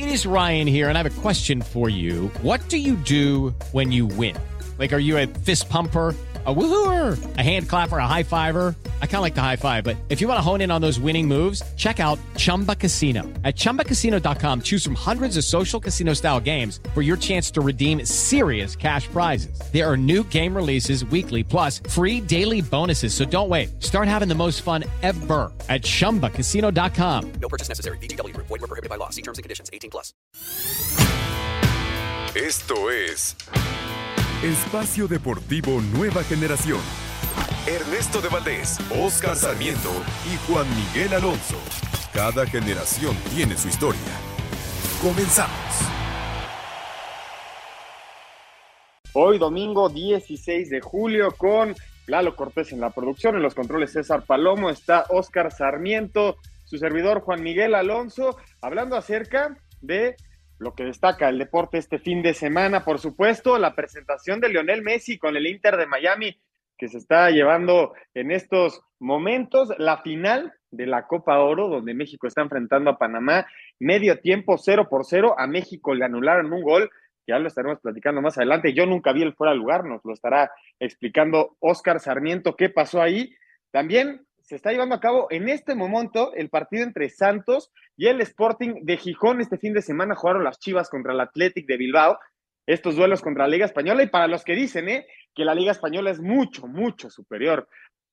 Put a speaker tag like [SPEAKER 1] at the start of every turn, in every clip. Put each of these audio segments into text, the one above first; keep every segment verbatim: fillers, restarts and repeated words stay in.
[SPEAKER 1] is Ryan here, and I have a question for you. What do you do when you win? Like, are you a fist pumper, a woohooer, a hand clapper, a high fiver? I kind of like the high five, but if you want to hone in on those winning moves, check out Chumba Casino. At chumba casino dot com, choose from hundreds of social casino style games for your chance to redeem serious cash prizes. There are new game releases weekly, plus free daily bonuses. So don't wait. Start having the most fun ever at chumba casino dot com.
[SPEAKER 2] No purchase necessary. V G W Group. Void where prohibited by law. See terms and conditions. eighteen plus.
[SPEAKER 3] Esto es Espacio Deportivo Nueva Generación. Ernesto de Valdés, Oscar Sarmiento y Juan Miguel Alonso. Cada generación tiene su historia. Comenzamos.
[SPEAKER 4] Hoy domingo dieciséis de julio con Lalo Cortés en la producción, en los controles César Palomo, está Oscar Sarmiento, su servidor Juan Miguel Alonso, hablando acerca de lo que destaca el deporte este fin de semana, por supuesto, la presentación de Lionel Messi con el Inter de Miami, que se está llevando en estos momentos, la final de la Copa Oro, donde México está enfrentando a Panamá, medio tiempo, cero por cero, a México le anularon un gol, ya lo estaremos platicando más adelante, yo nunca vi el fuera de lugar, nos lo estará explicando Oscar Sarmiento qué pasó ahí. También se está llevando a cabo en este momento el partido entre Santos y el Sporting de Gijón. Este fin de semana jugaron las Chivas contra el Athletic de Bilbao, estos duelos contra la Liga Española, y para los que dicen eh, que la Liga Española es mucho, mucho superior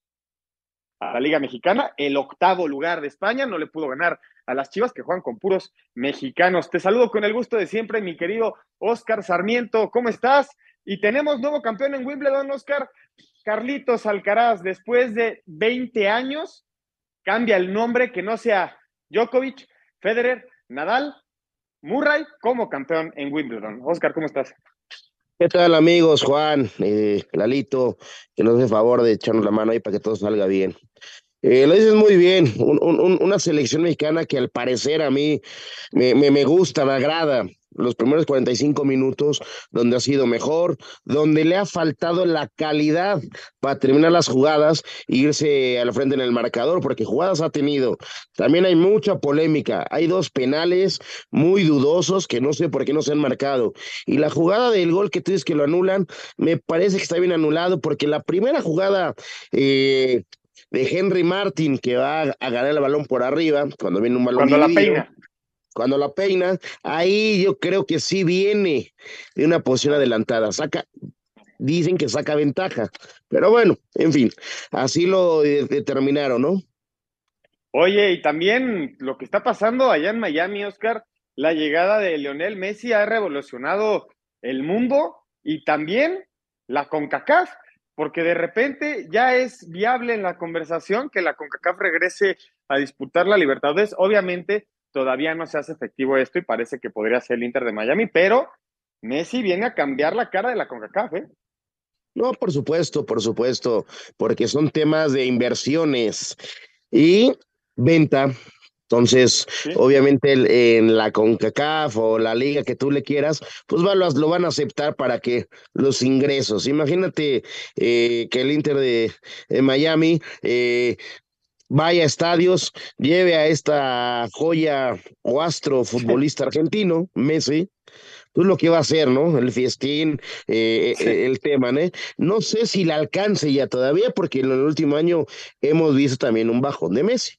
[SPEAKER 4] a la Liga Mexicana, el octavo lugar de España no le pudo ganar a las Chivas, que juegan con puros mexicanos. Te saludo con el gusto de siempre, mi querido Oscar Sarmiento, ¿cómo estás? Y tenemos nuevo campeón en Wimbledon, Oscar, Carlitos Alcaraz, después de veinte años, cambia el nombre, que no sea Djokovic, Federer, Nadal, Murray como campeón en Wimbledon. Oscar, ¿cómo estás?
[SPEAKER 5] ¿Qué tal, amigos? Juan, eh, Lalito, que nos dé favor de echarnos la mano ahí para que todo salga bien. Eh, lo dices muy bien, un, un, una selección mexicana que al parecer a mí me, me, me gusta, me agrada. Los primeros cuarenta y cinco minutos, donde ha sido mejor, donde le ha faltado la calidad para terminar las jugadas e irse al frente en el marcador, porque jugadas ha tenido. También hay mucha polémica, hay dos penales muy dudosos que no sé por qué no se han marcado. Y la jugada del gol que tú dices que lo anulan, me parece que está bien anulado, porque la primera jugada eh, de Henry Martin, que va a ganar el balón por arriba, cuando viene un balón
[SPEAKER 4] Cuando
[SPEAKER 5] dividido,
[SPEAKER 4] la peina.
[SPEAKER 5] Cuando la peina, ahí yo creo que sí viene de una posición adelantada. Saca, dicen que saca ventaja, pero bueno, en fin, así lo de- determinaron, ¿no?
[SPEAKER 4] Oye, y también lo que está pasando allá en Miami, Oscar, la llegada de Lionel Messi ha revolucionado el mundo y también la CONCACAF, porque de repente ya es viable en la conversación que la CONCACAF regrese a disputar la Libertadores. Obviamente todavía no se hace efectivo esto y parece que podría ser el Inter de Miami, pero Messi viene a cambiar la cara de la CONCACAF, ¿eh?
[SPEAKER 5] No, por supuesto, por supuesto, porque son temas de inversiones y venta. Entonces,
[SPEAKER 4] ¿Sí?
[SPEAKER 5] obviamente el- en la CONCACAF o la liga que tú le quieras, pues va, lo, lo van a aceptar para que los ingresos. Imagínate eh, que el Inter de, de Miami eh, vaya a estadios, lleve a esta joya o astro futbolista argentino, Messi, pues lo que va a hacer, ¿no? El fiestín, eh,
[SPEAKER 4] Sí.
[SPEAKER 5] eh, el tema, ¿no? No sé si le alcance ya todavía, porque en el último año hemos visto también un bajón de Messi.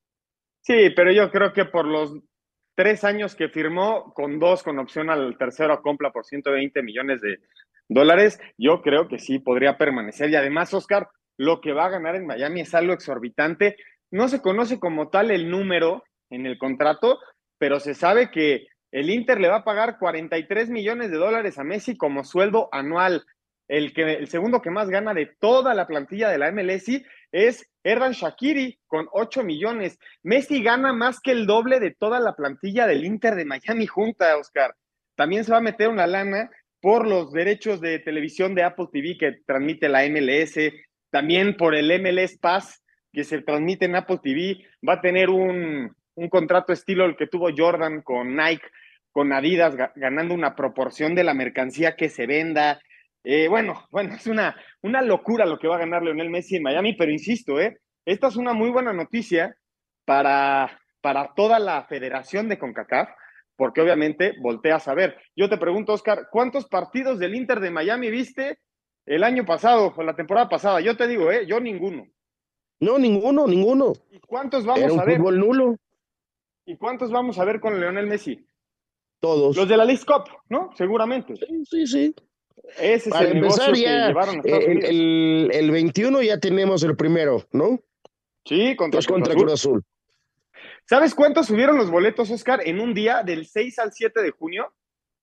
[SPEAKER 4] Sí, pero yo creo que por los tres años que firmó, con dos, con opción al tercero compra por ciento veinte millones de dólares, yo creo que sí podría permanecer. Y además, Oscar, lo que va a ganar en Miami es algo exorbitante. No se conoce como tal el número en el contrato, pero se sabe que el Inter le va a pagar cuarenta y tres millones de dólares a Messi como sueldo anual. El, que, el segundo que más gana de toda la plantilla de la M L S es Erdan Shaqiri con ocho millones. Messi gana más que el doble de toda la plantilla del Inter de Miami junta, Oscar. También se va a meter una lana por los derechos de televisión de Apple T V que transmite la M L S, también por el M L S Pass que se transmite en Apple T V. Va a tener un, un contrato estilo el que tuvo Jordan con Nike, con Adidas, ganando una proporción de la mercancía que se venda. Eh, bueno, bueno, es una, una locura lo que va a ganar Lionel Messi en Miami, pero insisto, eh, esta es una muy buena noticia para, para toda la federación de CONCACAF, porque obviamente volteas a ver. Yo te pregunto, Oscar, ¿cuántos partidos del Inter de Miami viste el año pasado o la temporada pasada? Yo te digo, ¿eh? Yo ninguno.
[SPEAKER 5] No, ninguno, ninguno.
[SPEAKER 4] ¿Y cuántos
[SPEAKER 5] Era
[SPEAKER 4] vamos
[SPEAKER 5] un
[SPEAKER 4] a ver?
[SPEAKER 5] fútbol nulo.
[SPEAKER 4] ¿Y cuántos vamos a ver con Lionel Messi? Los
[SPEAKER 5] Todos.
[SPEAKER 4] de la League Cup, ¿no? Seguramente.
[SPEAKER 5] Sí, sí, sí.
[SPEAKER 4] Ese es
[SPEAKER 5] Para
[SPEAKER 4] el
[SPEAKER 5] empezar
[SPEAKER 4] negocio que
[SPEAKER 5] ya,
[SPEAKER 4] llevaron a Estados
[SPEAKER 5] el,
[SPEAKER 4] Unidos.
[SPEAKER 5] el, el veintiuno ya tenemos el primero, ¿no?
[SPEAKER 4] Sí,
[SPEAKER 5] Que
[SPEAKER 4] contra
[SPEAKER 5] es
[SPEAKER 4] Cruz
[SPEAKER 5] contra
[SPEAKER 4] Azul.
[SPEAKER 5] Cruz Azul.
[SPEAKER 4] ¿Sabes cuántos subieron los boletos, Oscar, en un día del seis al siete de junio?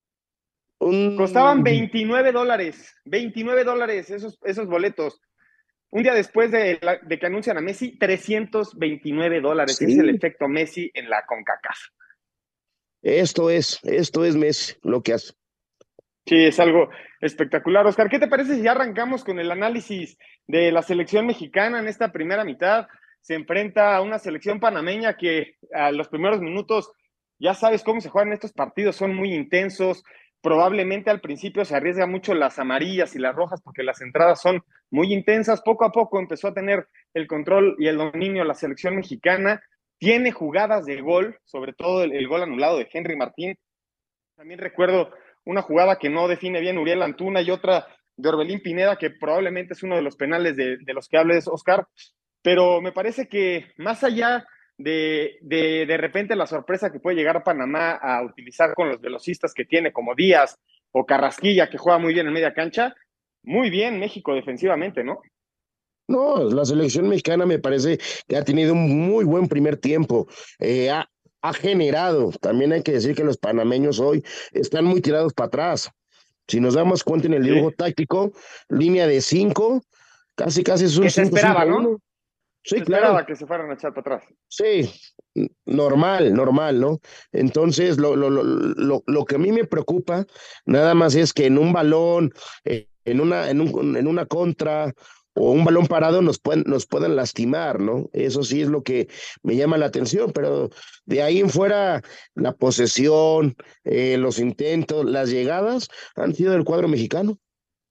[SPEAKER 4] Costaban
[SPEAKER 5] Un...
[SPEAKER 4] veintinueve dólares. veintinueve dólares esos, esos boletos. Un día después de, la, de que anuncian a Messi, trescientos veintinueve dólares. Es el
[SPEAKER 5] Sí,
[SPEAKER 4] efecto Messi en la CONCACAF.
[SPEAKER 5] esto es, esto es Messi lo que hace.
[SPEAKER 4] Sí, es algo espectacular. Oscar, ¿qué te parece si ya arrancamos con el análisis de la selección mexicana en esta primera mitad? Se enfrenta a una selección panameña que a los primeros minutos, ya sabes cómo se juegan estos partidos, son muy intensos. Probablemente al principio se arriesga mucho las amarillas y las rojas porque las entradas son muy intensas. Poco a poco empezó a tener el control y el dominio la selección mexicana. Tiene jugadas de gol, sobre todo el, el gol anulado de Henry Martín. También recuerdo una jugada que no define bien Uriel Antuna y otra de Orbelín Pineda, que probablemente es uno de los penales de, de los que hables, Oscar. Pero me parece que más allá de, de de repente la sorpresa que puede llegar a Panamá a utilizar con los velocistas que tiene, como Díaz o Carrasquilla, que juega muy bien en media cancha, muy bien México defensivamente, ¿no?
[SPEAKER 5] No, la selección mexicana me parece que ha tenido un muy buen primer tiempo. Eh, ha, ha generado, también hay que decir que los panameños hoy están muy tirados para atrás. Si nos damos cuenta en el dibujo
[SPEAKER 4] Sí.
[SPEAKER 5] táctico, línea de cinco, casi casi es un
[SPEAKER 4] Que se
[SPEAKER 5] cinco
[SPEAKER 4] esperaba,
[SPEAKER 5] cinco
[SPEAKER 4] ¿no?
[SPEAKER 5] uno. Sí,
[SPEAKER 4] Se
[SPEAKER 5] claro,
[SPEAKER 4] esperaba que se fueran a echar para atrás.
[SPEAKER 5] sí, normal, normal, ¿no? Entonces, lo, lo, lo, lo, lo que a mí me preocupa nada más es que en un balón, eh, en una, en un, en una contra o un balón parado nos pueden, nos pueden lastimar, ¿no? Eso sí es lo que me llama la atención, pero de ahí en fuera, la posesión, eh, los intentos, las llegadas han sido del cuadro mexicano.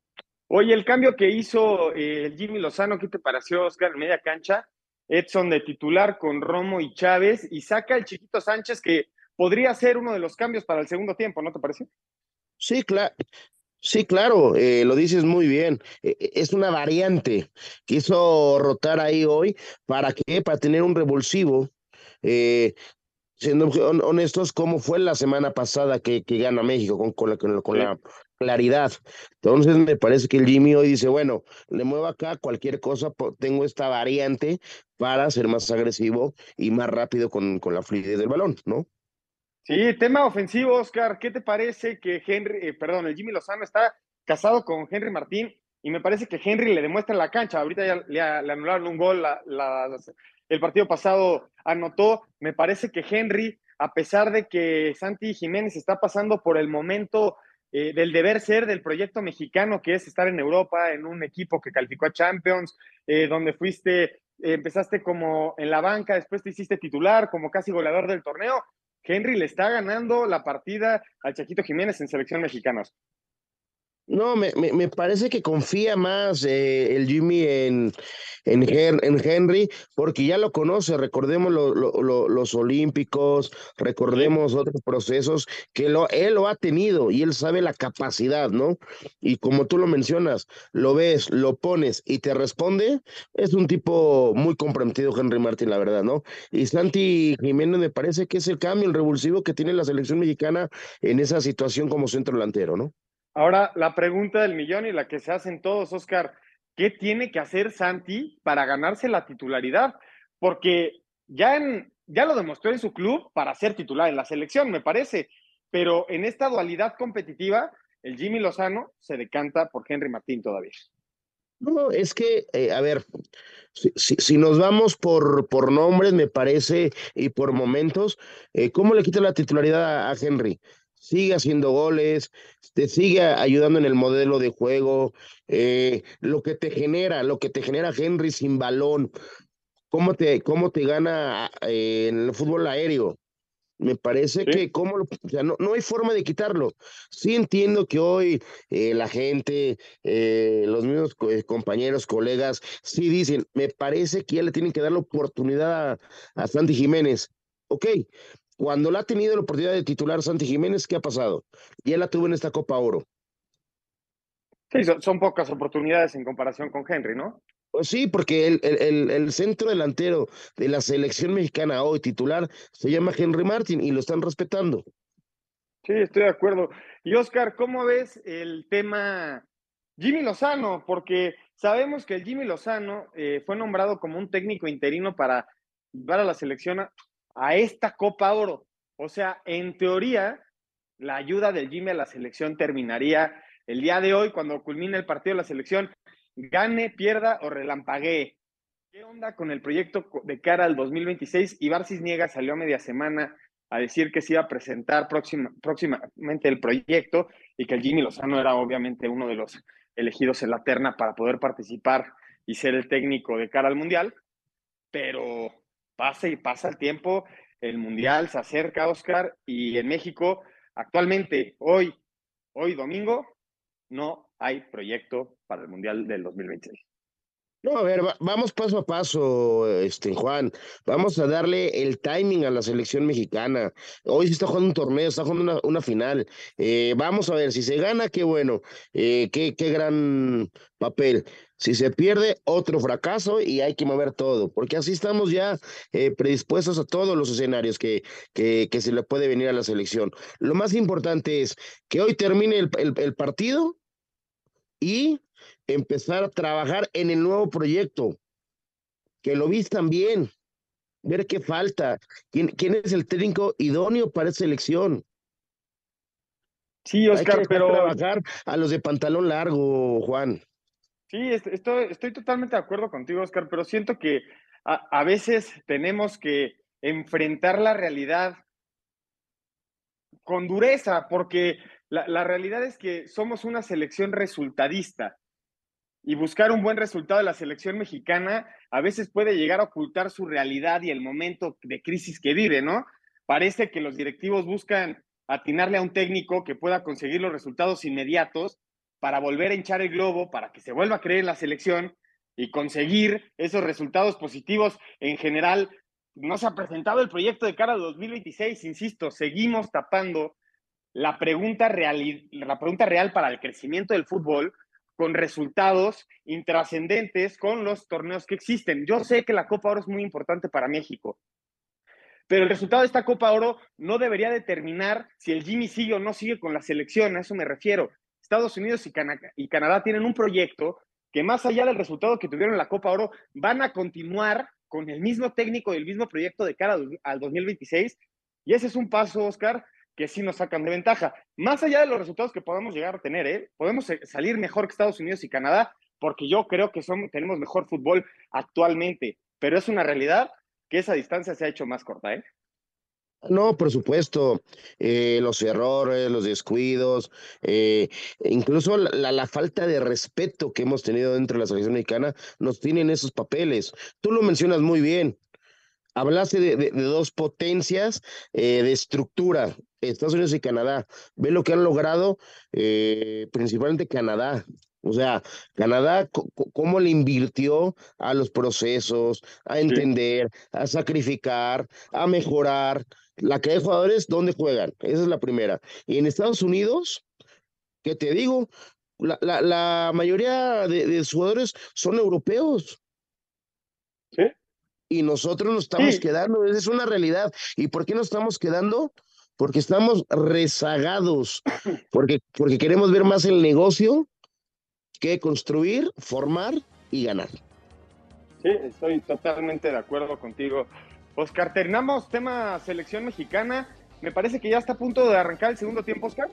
[SPEAKER 4] Oye, el cambio que hizo eh, el Jimmy Lozano, ¿qué te pareció, Oscar, en media cancha? Edson de titular con Romo y Chávez y saca el Chiquito Sánchez, que podría ser uno de los cambios para el segundo tiempo, ¿no te parece?
[SPEAKER 5] Sí, claro. Sí, claro, eh, lo dices muy bien. Eh, eh, es una variante. Quiso rotar ahí hoy. ¿Para qué? Para tener un revulsivo. Eh, siendo hon- honestos, ¿cómo fue la semana pasada que, que gana México con, con la, con la- con
[SPEAKER 4] Sí.
[SPEAKER 5] la claridad? Entonces me parece que el Jimmy hoy dice, bueno, le muevo acá cualquier cosa, po- tengo esta variante para ser más agresivo y más rápido con, con la fluidez del balón, ¿no?
[SPEAKER 4] Sí, tema ofensivo, Oscar. ¿Qué te parece que Henry, eh, perdón, el Jimmy Lozano está casado con Henry Martín y me parece que Henry le demuestra en la cancha? Ahorita ya le, le anularon un gol, la, la, el partido pasado anotó. Me parece que Henry, a pesar de que Santi Jiménez está pasando por el momento eh, del deber ser del proyecto mexicano, que es estar en Europa, en un equipo que calificó a Champions, eh, donde fuiste, eh, empezaste como en la banca, después te hiciste titular, como casi goleador del torneo. Henry le está ganando la partida al Chaquito Jiménez en selección mexicana.
[SPEAKER 5] No, me, me, me parece que confía más eh, el Jimmy en, en, Her- en Henry, porque ya lo conoce, recordemos lo- lo- lo- los olímpicos,
[SPEAKER 4] Sí.
[SPEAKER 5] recordemos otros procesos que lo, él lo ha tenido y él sabe la capacidad, ¿no? Y como tú lo mencionas, lo ves, lo pones y te responde, es un tipo muy comprometido Henry Martin, la verdad, ¿no? Y Santi Jiménez me parece que es el cambio, el revulsivo que tiene la selección mexicana en esa situación como centro delantero, ¿no?
[SPEAKER 4] Ahora, la pregunta del millón y la que se hacen todos, Oscar, ¿qué tiene que hacer Santi para ganarse la titularidad? Porque ya, en, ya lo demostró en su club para ser titular en la selección, me parece, pero en esta dualidad competitiva, el Jimmy Lozano se decanta por Henry Martín todavía.
[SPEAKER 5] No, es que, eh, a ver, si, si, si nos vamos por, por nombres, me parece, y por momentos, eh, ¿cómo le quita la titularidad a, a Henry? Sigue haciendo goles, te sigue ayudando en el modelo de juego, eh, lo que te genera, lo que te genera Henry sin balón, cómo te, cómo te gana eh, en el fútbol aéreo. Me parece
[SPEAKER 4] ¿Sí?
[SPEAKER 5] que cómo lo, o sea, no, no hay forma de quitarlo. Sí entiendo que hoy eh, la gente, eh, los mismos co- eh, compañeros, colegas, sí dicen, me parece que ya le tienen que dar la oportunidad a, a Santi Jiménez. Ok, Cuando la ha tenido la oportunidad de titular Santi Jiménez, ¿qué ha pasado? Ya la tuvo en esta Copa Oro.
[SPEAKER 4] Sí, son, son pocas oportunidades en comparación con Henry, ¿no?
[SPEAKER 5] Pues sí, porque el, el, el, el centro delantero de la selección mexicana hoy titular se llama Henry Martin y lo están respetando.
[SPEAKER 4] Sí, estoy de acuerdo. Y Oscar, ¿cómo ves el tema Jimmy Lozano? Porque sabemos que el Jimmy Lozano eh, fue nombrado como un técnico interino para llevar a la selección a, a esta Copa Oro. O sea, en teoría, la ayuda del Jimmy a la selección terminaría el día de hoy, cuando culmine el partido de la selección, gane, pierda o relampaguee. ¿Qué onda con el proyecto de cara al dos mil veintiséis? Ibar Cisniega salió a media semana a decir que se iba a presentar próxima, próximamente el proyecto y que el Jimmy Lozano era obviamente uno de los elegidos en la terna para poder participar y ser el técnico de cara al Mundial, pero pasa y pasa el tiempo, el Mundial se acerca, Oscar, y en México actualmente, hoy, hoy domingo, no hay proyecto para el Mundial del dos mil veintiséis.
[SPEAKER 5] No, a ver, va, vamos paso a paso, este, Juan. Vamos a darle el timing a la selección mexicana. Hoy se está jugando un torneo, está jugando una, una final. Eh, vamos a ver, si se gana, qué bueno, eh, qué, qué gran papel. Si se pierde, otro fracaso y hay que mover todo, porque así estamos ya eh, predispuestos a todos los escenarios que, que, que se le puede venir a la selección. Lo más importante es que hoy termine el, el, el partido y empezar a trabajar en el nuevo proyecto, que lo vistan bien, ver qué falta, quién, quién es el técnico idóneo para esa selección.
[SPEAKER 4] Sí,
[SPEAKER 5] Hay que
[SPEAKER 4] Oscar,
[SPEAKER 5] dejar
[SPEAKER 4] pero
[SPEAKER 5] trabajar a los de pantalón largo, Juan.
[SPEAKER 4] sí, est- estoy, estoy totalmente de acuerdo contigo, Oscar, pero siento que a, a veces tenemos que enfrentar la realidad con dureza, porque la, la realidad es que somos una selección resultadista y buscar un buen resultado de la selección mexicana a veces puede llegar a ocultar su realidad y el momento de crisis que vive, ¿no? Parece que los directivos buscan atinarle a un técnico que pueda conseguir los resultados inmediatos para volver a hinchar el globo, para que se vuelva a creer en la selección y conseguir esos resultados positivos. En general, no se ha presentado el proyecto de cara a dos mil veintiséis, insisto, seguimos tapando la pregunta real, la pregunta real para el crecimiento del fútbol con resultados intrascendentes con los torneos que existen. Yo sé que la Copa Oro es muy importante para México, pero el resultado de esta Copa Oro no debería determinar si el Jimmy sigue o no sigue con la selección, a eso me refiero. Estados Unidos y, Can- y Canadá tienen un proyecto que más allá del resultado que tuvieron en la Copa Oro, van a continuar con el mismo técnico y el mismo proyecto de cara al dos mil veintiséis, y ese es un paso, Oscar, que sí nos sacan de ventaja. Más allá de los resultados que podamos llegar a tener, ¿eh? Podemos salir mejor que Estados Unidos y Canadá, porque yo creo que somos, tenemos mejor fútbol actualmente, pero es una realidad que esa distancia se ha hecho más corta, ¿eh?
[SPEAKER 5] No, por supuesto, eh, los errores, los descuidos, eh, incluso la, la, la falta de respeto que hemos tenido dentro de la selección mexicana nos tienen esos papeles. Tú lo mencionas muy bien. Hablaste de, de, de dos potencias eh, de estructura, Estados Unidos y Canadá. Ve lo que han logrado, eh, principalmente Canadá. O sea, Canadá, cómo le invirtió a los procesos, a
[SPEAKER 4] Sí.
[SPEAKER 5] entender, a sacrificar, a mejorar. La que hay jugadores, ¿dónde juegan? Esa es la primera. Y en Estados Unidos, ¿qué te digo? La, la, la mayoría de, de sus jugadores son europeos.
[SPEAKER 4] Sí.
[SPEAKER 5] Y nosotros nos estamos
[SPEAKER 4] Sí.
[SPEAKER 5] quedando, esa es una realidad. ¿Y por qué nos estamos quedando? Porque estamos rezagados, porque, porque queremos ver más el negocio que construir, formar y ganar.
[SPEAKER 4] Sí, estoy totalmente de acuerdo contigo. Oscar, terminamos tema selección mexicana. Me parece que ya está a punto de arrancar el segundo tiempo, Oscar.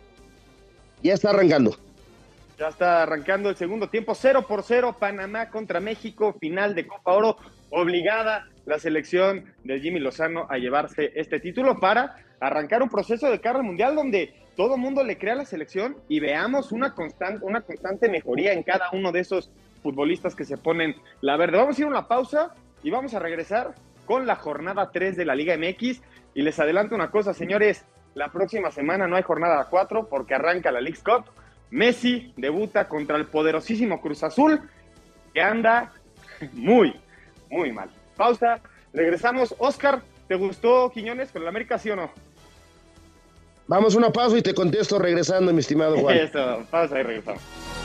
[SPEAKER 5] Ya está arrancando.
[SPEAKER 4] Ya está arrancando el segundo tiempo, cero por cero, Panamá contra México, final de Copa Oro, obligada la selección de Jimmy Lozano a llevarse este título para arrancar un proceso de cara al Mundial donde todo mundo le crea a la selección y veamos una constante, una constante mejoría en cada uno de esos futbolistas que se ponen la verde. Vamos a ir a una pausa y vamos a regresar con la jornada tres de la Liga M X y les adelanto una cosa, señores, la próxima semana no hay jornada cuatro porque arranca la Leagues Cup. Messi debuta contra el poderosísimo Cruz Azul, que anda muy, muy mal. Pausa, regresamos. Oscar, ¿Te gustó Quiñones con el América, sí o no?
[SPEAKER 5] Vamos a una pausa y te contesto regresando, mi estimado Juan.
[SPEAKER 4] Eso, pausa y regresamos.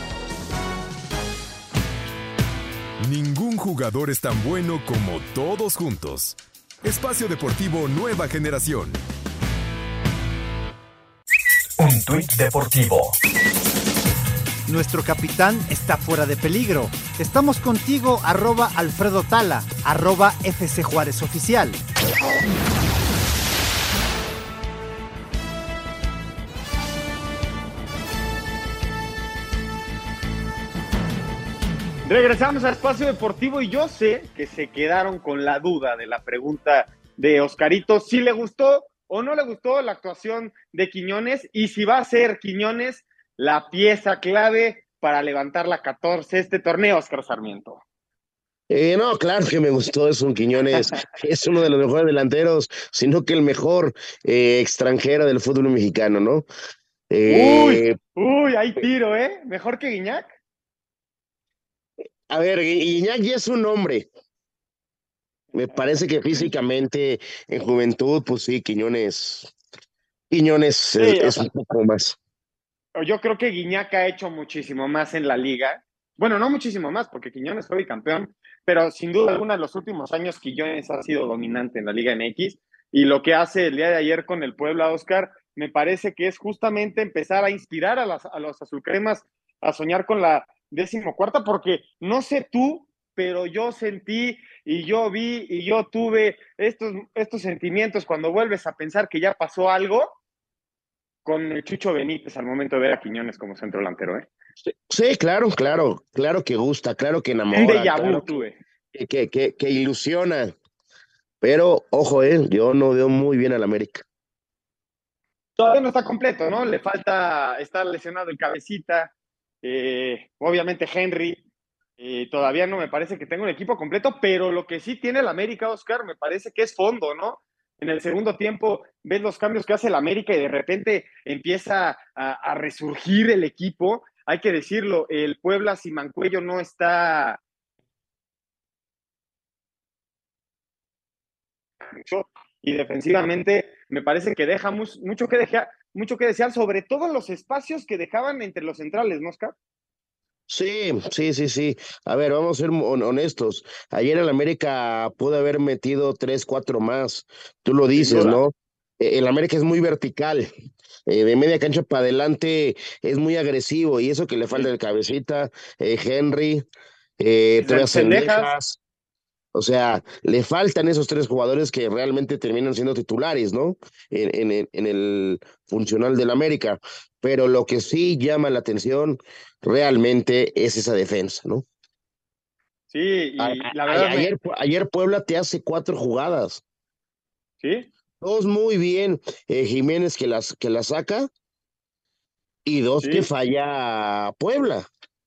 [SPEAKER 3] Ningún jugador es tan bueno como todos juntos. Espacio Deportivo Nueva Generación.
[SPEAKER 6] Un tuit deportivo.
[SPEAKER 7] Nuestro capitán está fuera de peligro. Estamos contigo, arroba Alfredo Tala, arroba F C Juárez Oficial.
[SPEAKER 4] Regresamos a Espacio Deportivo y yo sé que se quedaron con la duda de la pregunta de Oscarito, si le gustó o no le gustó la actuación de Quiñones y si va a ser Quiñones la pieza clave para levantar la catorce este torneo, Oscar Sarmiento.
[SPEAKER 5] Eh, no, claro que me gustó, es un Quiñones, es uno de los mejores delanteros, sino que el mejor eh, extranjero del fútbol mexicano, ¿no?
[SPEAKER 4] Eh, uy, uy, hay tiro, ¿eh? ¿Mejor que Guiñac?
[SPEAKER 5] A ver, Guiñac ya es un hombre. Me parece que físicamente, en juventud, pues sí, Quiñones, Quiñones sí, es, es un poco más.
[SPEAKER 4] Yo creo que Guiñac ha hecho muchísimo más en la liga. Bueno, no muchísimo más, porque Quiñones fue bicampeón, pero sin duda alguna en los últimos años Quiñones ha sido dominante en la Liga M X, y lo que hace el día de ayer con el Puebla, Oscar, me parece que es justamente empezar a inspirar a, las, a los azulcremas a soñar con la decimocuarta, porque no sé tú, pero yo sentí y yo vi y yo tuve estos, estos sentimientos cuando vuelves a pensar que ya pasó algo con el Chucho Benítez al momento de ver a Quiñones como centro delantero, ¿eh?
[SPEAKER 5] Sí, sí, claro, claro, claro que gusta, claro que enamora,
[SPEAKER 4] Un déjà vu
[SPEAKER 5] claro
[SPEAKER 4] tuve.
[SPEAKER 5] Que, que, que, que ilusiona, pero ojo, eh, yo no veo muy bien al América.
[SPEAKER 4] Todavía no está completo, ¿no? Le falta, está lesionado el Cabecita, eh, obviamente Henry, eh, todavía no me parece que tenga un equipo completo, pero lo que sí tiene el América, Oscar, me parece que es fondo, ¿no? En el segundo tiempo ves los cambios que hace el América y de repente empieza a, a resurgir el equipo. Hay que decirlo, el Puebla sin Mancuello no está mucho, y defensivamente me parece que deja mucho que dejar, mucho que desear, sobre todo los espacios que dejaban entre los centrales, ¿no, Oscar?
[SPEAKER 5] Sí, sí, sí, sí. A ver, vamos a ser honestos. Ayer el América pudo haber metido tres, cuatro más. Tú lo dices, ¿no? El América es muy vertical. Eh, de media cancha para adelante es muy agresivo, y eso que le falta sí. el Cabecita, eh, Henry, eh, Cendejas. O sea, le faltan esos tres jugadores que realmente terminan siendo titulares, ¿no? En, en, en el funcional del América. Pero lo que sí llama la atención realmente es esa defensa, ¿no?
[SPEAKER 4] Sí, y a, la verdad.
[SPEAKER 5] A, ayer, me... ayer Puebla te hace cuatro jugadas.
[SPEAKER 4] ¿Sí?
[SPEAKER 5] Dos muy bien, eh, Jiménez que las, que las saca, y dos sí. que falla Puebla.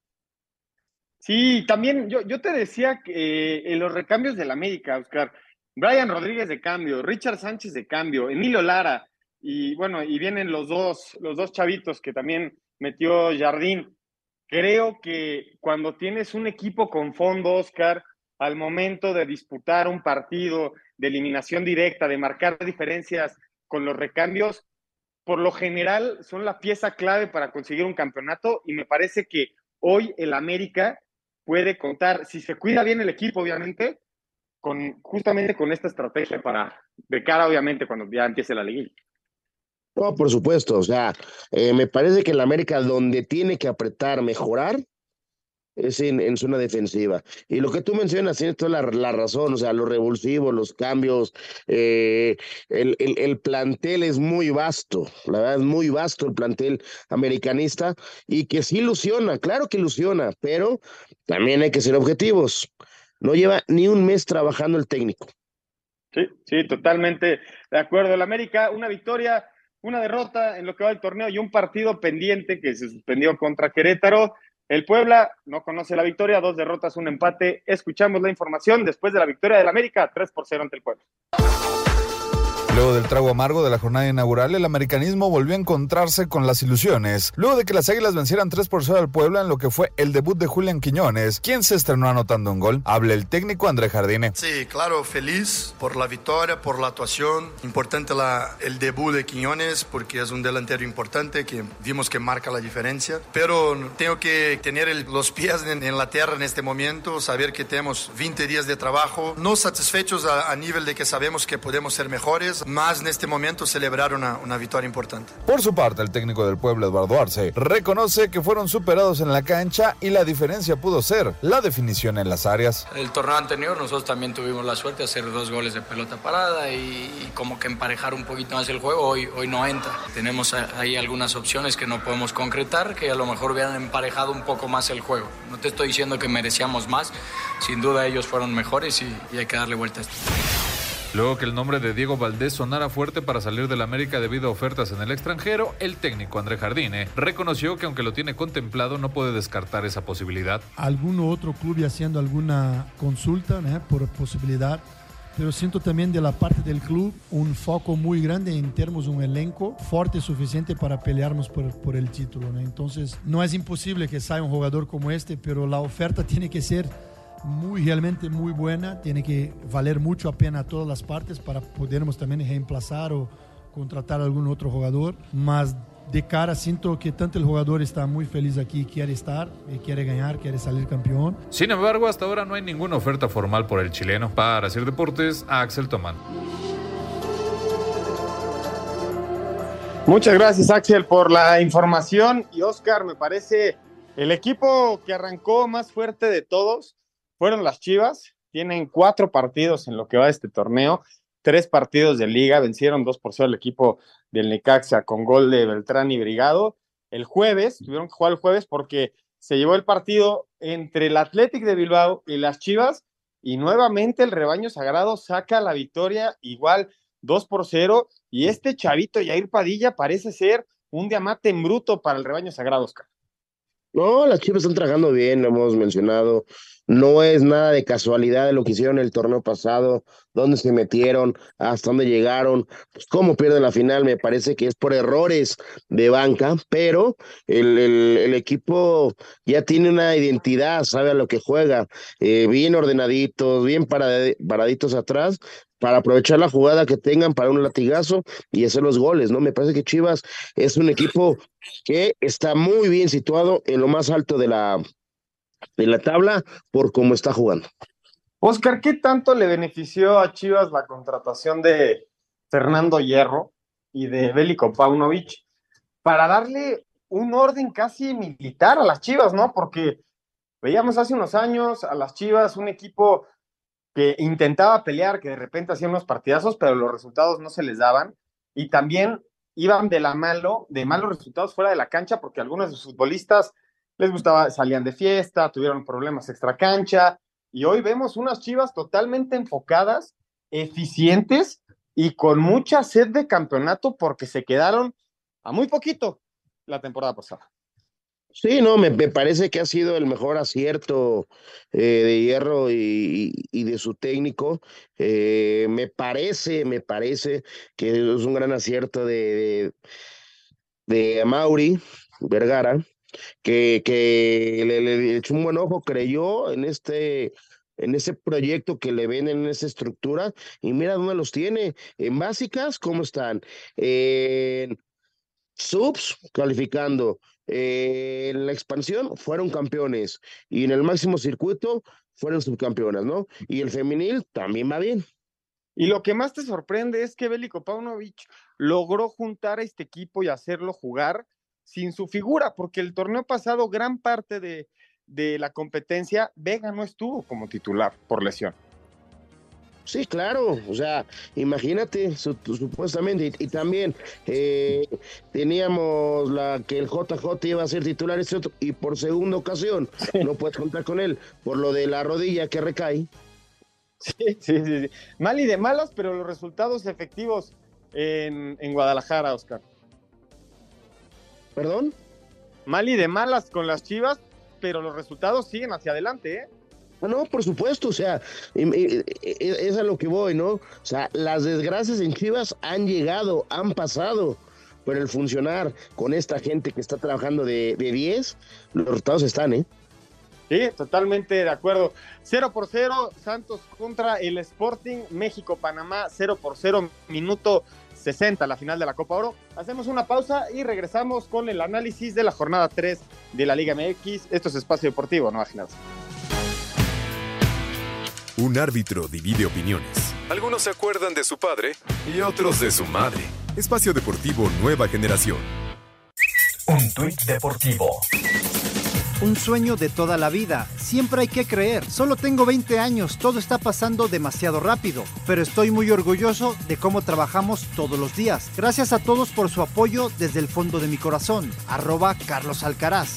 [SPEAKER 4] Sí, también yo, yo te decía que eh, en los recambios del América, Oscar, Brian Rodríguez de cambio, Richard Sánchez de cambio, Emilio Lara, y bueno, y vienen los dos, los dos chavitos que también metió Jardín. Creo que cuando tienes un equipo con fondo, Oscar, al momento de disputar un partido de eliminación directa, de marcar diferencias con los recambios, por lo general son la pieza clave para conseguir un campeonato, y me parece que hoy el América puede contar, si se cuida bien el equipo, obviamente, con justamente con esta estrategia para, de cara, obviamente, cuando ya empiece la liguilla.
[SPEAKER 5] No, por supuesto, o sea, eh, me parece que el América donde tiene que apretar, mejorar, es en, en zona defensiva. Y lo que tú mencionas, tienes toda la, la razón, o sea, los revulsivos, los cambios, eh, el, el, el plantel es muy vasto, la verdad es muy vasto el plantel americanista, y que sí ilusiona, claro que ilusiona, pero también hay que ser objetivos. No lleva ni un mes trabajando el técnico.
[SPEAKER 4] Sí, sí, totalmente de acuerdo. El América, una victoria, una derrota en lo que va el torneo y un partido pendiente que se suspendió contra Querétaro. El Puebla no conoce la victoria, dos derrotas, un empate. Escuchamos la información después de la victoria del América, tres por cero ante el Puebla.
[SPEAKER 8] Luego del trago amargo de la jornada inaugural, el americanismo volvió a encontrarse con las ilusiones, luego de que las Águilas vencieran tres por cero al Puebla en lo que fue el debut de Julián Quiñones, quien se estrenó anotando un gol. Habla el técnico André Jardine.
[SPEAKER 9] Sí, claro, feliz por la victoria, por la actuación. Importante la, el debut de Quiñones porque es un delantero importante que vimos que marca la diferencia. Pero tengo que tener el, los pies en, en la tierra en este momento, saber que tenemos veinte días de trabajo, no satisfechos a, a nivel de que sabemos que podemos ser mejores, más en este momento celebrar una, una victoria importante.
[SPEAKER 8] Por su parte, el técnico del Puebla, Eduardo Arce, reconoce que fueron superados en la cancha y la diferencia pudo ser la definición en las áreas.
[SPEAKER 10] El torneo anterior nosotros también tuvimos la suerte de hacer dos goles de pelota parada y, y como que emparejar un poquito más el juego. Hoy, hoy no entra. Tenemos ahí algunas opciones que no podemos concretar, que a lo mejor hubieran emparejado un poco más el juego. No te estoy diciendo que merecíamos más, sin duda ellos fueron mejores y, y hay que darle vuelta a esto.
[SPEAKER 11] Luego que el nombre de Diego Valdés sonara fuerte para salir del América debido a ofertas en el extranjero, el técnico André Jardine reconoció que aunque lo tiene contemplado, no puede descartar esa posibilidad.
[SPEAKER 12] Algún otro club haciendo alguna consulta, ¿no?, por posibilidad, pero siento también de la parte del club un foco muy grande en términos de un elenco fuerte suficiente para pelearnos por, por el título, ¿no? Entonces no es imposible que salga un jugador como este, pero la oferta tiene que ser muy, realmente muy buena, tiene que valer mucho a pena a todas las partes para podermos también reemplazar o contratar a algún otro jugador, más de cara siento que tanto el jugador está muy feliz aquí, quiere estar, quiere ganar, quiere salir campeón.
[SPEAKER 11] Sin embargo, hasta ahora no hay ninguna oferta formal por el chileno. Para Sir Deportes, Axel Tomán.
[SPEAKER 4] Muchas gracias, Axel, por la información. Y Oscar, me parece el equipo que arrancó más fuerte de todos fueron las Chivas. Tienen cuatro partidos en lo que va de este torneo, tres partidos de liga, vencieron dos por cero al equipo del Necaxa con gol de Beltrán y Brigado. El jueves, tuvieron que jugar el jueves porque se llevó el partido entre el Athletic de Bilbao y las Chivas, y nuevamente el rebaño sagrado saca la victoria, igual dos por cero, y este chavito Yair Padilla parece ser un diamante en bruto para el rebaño sagrado, Oscar.
[SPEAKER 5] No, las Chivas están trabajando bien, lo hemos mencionado. No es nada de casualidad de lo que hicieron el torneo pasado, dónde se metieron, hasta dónde llegaron, pues cómo pierden la final. Me parece que es por errores de banca, pero el, el, el equipo ya tiene una identidad, sabe a lo que juega, eh, bien ordenaditos, bien parad, paraditos atrás, para aprovechar la jugada que tengan para un latigazo y hacer los goles, ¿no? Me parece que Chivas es un equipo que está muy bien situado en lo más alto de la, de la tabla por cómo está jugando.
[SPEAKER 4] Oscar, ¿qué tanto le benefició a Chivas la contratación de Fernando Hierro y de Veliko Paunovic para darle un orden casi militar a las Chivas, ¿no? Porque veíamos hace unos años a las Chivas un equipo que intentaba pelear, que de repente hacían unos partidazos, pero los resultados no se les daban, y también iban de la malo, de malos resultados fuera de la cancha, porque algunos de sus futbolistas les gustaba, salían de fiesta, tuvieron problemas extra cancha, y hoy vemos unas Chivas totalmente enfocadas, eficientes, y con mucha sed de campeonato, porque se quedaron a muy poquito la temporada pasada.
[SPEAKER 5] Sí, no, me, me parece que ha sido el mejor acierto eh, de Hierro y, y, y de su técnico. Eh, me parece, me parece que es un gran acierto de, de, de Mauri Vergara, que, que le, le echó un buen ojo, creyó en este, en ese proyecto que le ven en esa estructura, y mira dónde los tiene. En básicas, ¿cómo están? En subs, calificando. Eh, en la expansión fueron campeones y en el máximo circuito fueron subcampeonas, ¿no? Y el femenil también va bien.
[SPEAKER 4] Y lo que más te sorprende es que Veliko Paunovic logró juntar a este equipo y hacerlo jugar sin su figura, porque el torneo pasado gran parte de, de la competencia Vega no estuvo como titular por lesión.
[SPEAKER 5] Sí, claro, o sea, imagínate, su, supuestamente, y, y también eh, teníamos la que el J J iba a ser titular este otro, y por segunda ocasión no puedes contar con él, por lo de la rodilla que recae.
[SPEAKER 4] Sí, sí, sí, sí. Mal y de malas, pero los resultados efectivos en, en Guadalajara, Oscar.
[SPEAKER 5] ¿Perdón?
[SPEAKER 4] Mal y de malas con las Chivas, pero los resultados siguen hacia adelante, ¿eh?
[SPEAKER 5] No, por supuesto, o sea, es a lo que voy, ¿no? O sea, las desgracias en Chivas han llegado, han pasado, pero el funcionar con esta gente que está trabajando de diez, los resultados están, ¿eh?
[SPEAKER 4] Sí, totalmente de acuerdo. cero por cero, Santos contra el Sporting, México-Panamá, cero por cero, minuto sesenta, la final de la Copa Oro. Hacemos una pausa y regresamos con el análisis de la jornada tres de la Liga M X. Esto es Espacio Deportivo, no imaginaos.
[SPEAKER 3] Un árbitro divide opiniones. Algunos se acuerdan de su padre y otros de su madre. Espacio Deportivo Nueva Generación.
[SPEAKER 6] Un tuit deportivo.
[SPEAKER 7] Un sueño de toda la vida. Siempre hay que creer. Solo tengo veinte años, todo está pasando demasiado rápido, pero estoy muy orgulloso de cómo trabajamos todos los días. Gracias a todos por su apoyo desde el fondo de mi corazón. Arroba Carlos Alcaraz.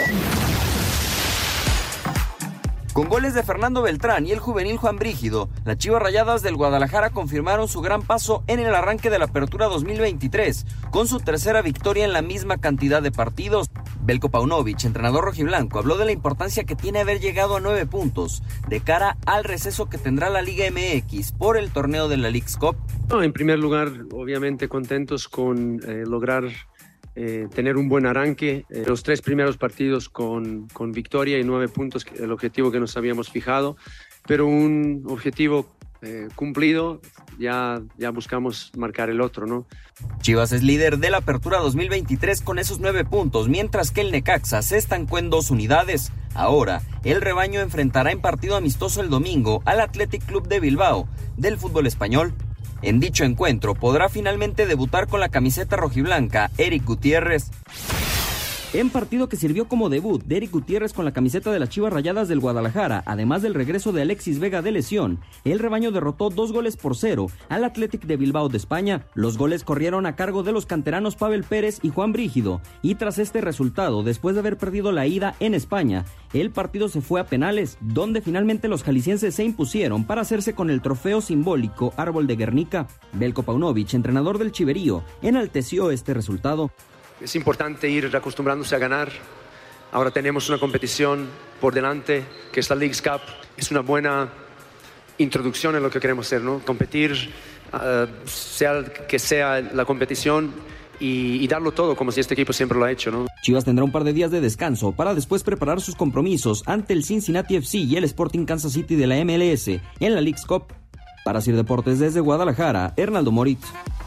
[SPEAKER 13] Con goles de Fernando Beltrán y el juvenil Juan Brígido, las Chivas Rayadas del Guadalajara confirmaron su gran paso en el arranque de la Apertura dos mil veintitrés, con su tercera victoria en la misma cantidad de partidos. Belko Paunovic, entrenador rojiblanco, habló de la importancia que tiene haber llegado a nueve puntos de cara al receso que tendrá la Liga M X por el torneo de la Leagues Cup.
[SPEAKER 14] No, en primer lugar, obviamente contentos con eh, lograr Eh, tener un buen arranque, eh, los tres primeros partidos con, con victoria y nueve puntos, el objetivo que nos habíamos fijado, pero un objetivo eh, cumplido, ya, ya buscamos marcar el otro, ¿no?
[SPEAKER 13] Chivas es líder de la Apertura dos mil veintitrés con esos nueve puntos, mientras que el Necaxa se estancó en dos unidades. Ahora, el rebaño enfrentará en partido amistoso el domingo al Athletic Club de Bilbao, del fútbol español. En dicho encuentro podrá finalmente debutar con la camiseta rojiblanca Eric Gutiérrez. En partido que sirvió como debut de Eric Gutiérrez con la camiseta de las Chivas Rayadas del Guadalajara, además del regreso de Alexis Vega de lesión, el rebaño derrotó dos goles por cero al Athletic de Bilbao de España. Los goles corrieron a cargo de los canteranos Pavel Pérez y Juan Brígido, y tras este resultado, después de haber perdido la ida en España, el partido se fue a penales, donde finalmente los jaliscienses se impusieron para hacerse con el trofeo simbólico Árbol de Guernica. Belko Paunovic, entrenador del Chiverío, enalteció este resultado.
[SPEAKER 14] Es importante ir acostumbrándose a ganar. Ahora tenemos una competición por delante, que es la Leagues Cup. Es una buena introducción en lo que queremos hacer, ¿no? Competir, uh, sea que sea la competición, y, y darlo todo, como si este equipo siempre lo ha hecho, ¿no?
[SPEAKER 13] Chivas tendrá un par de días de descanso para después preparar sus compromisos ante el Cincinnati F C y el Sporting Kansas City de la M L S en la Leagues Cup. Para Sir Deportes desde Guadalajara, Hernaldo Moritz.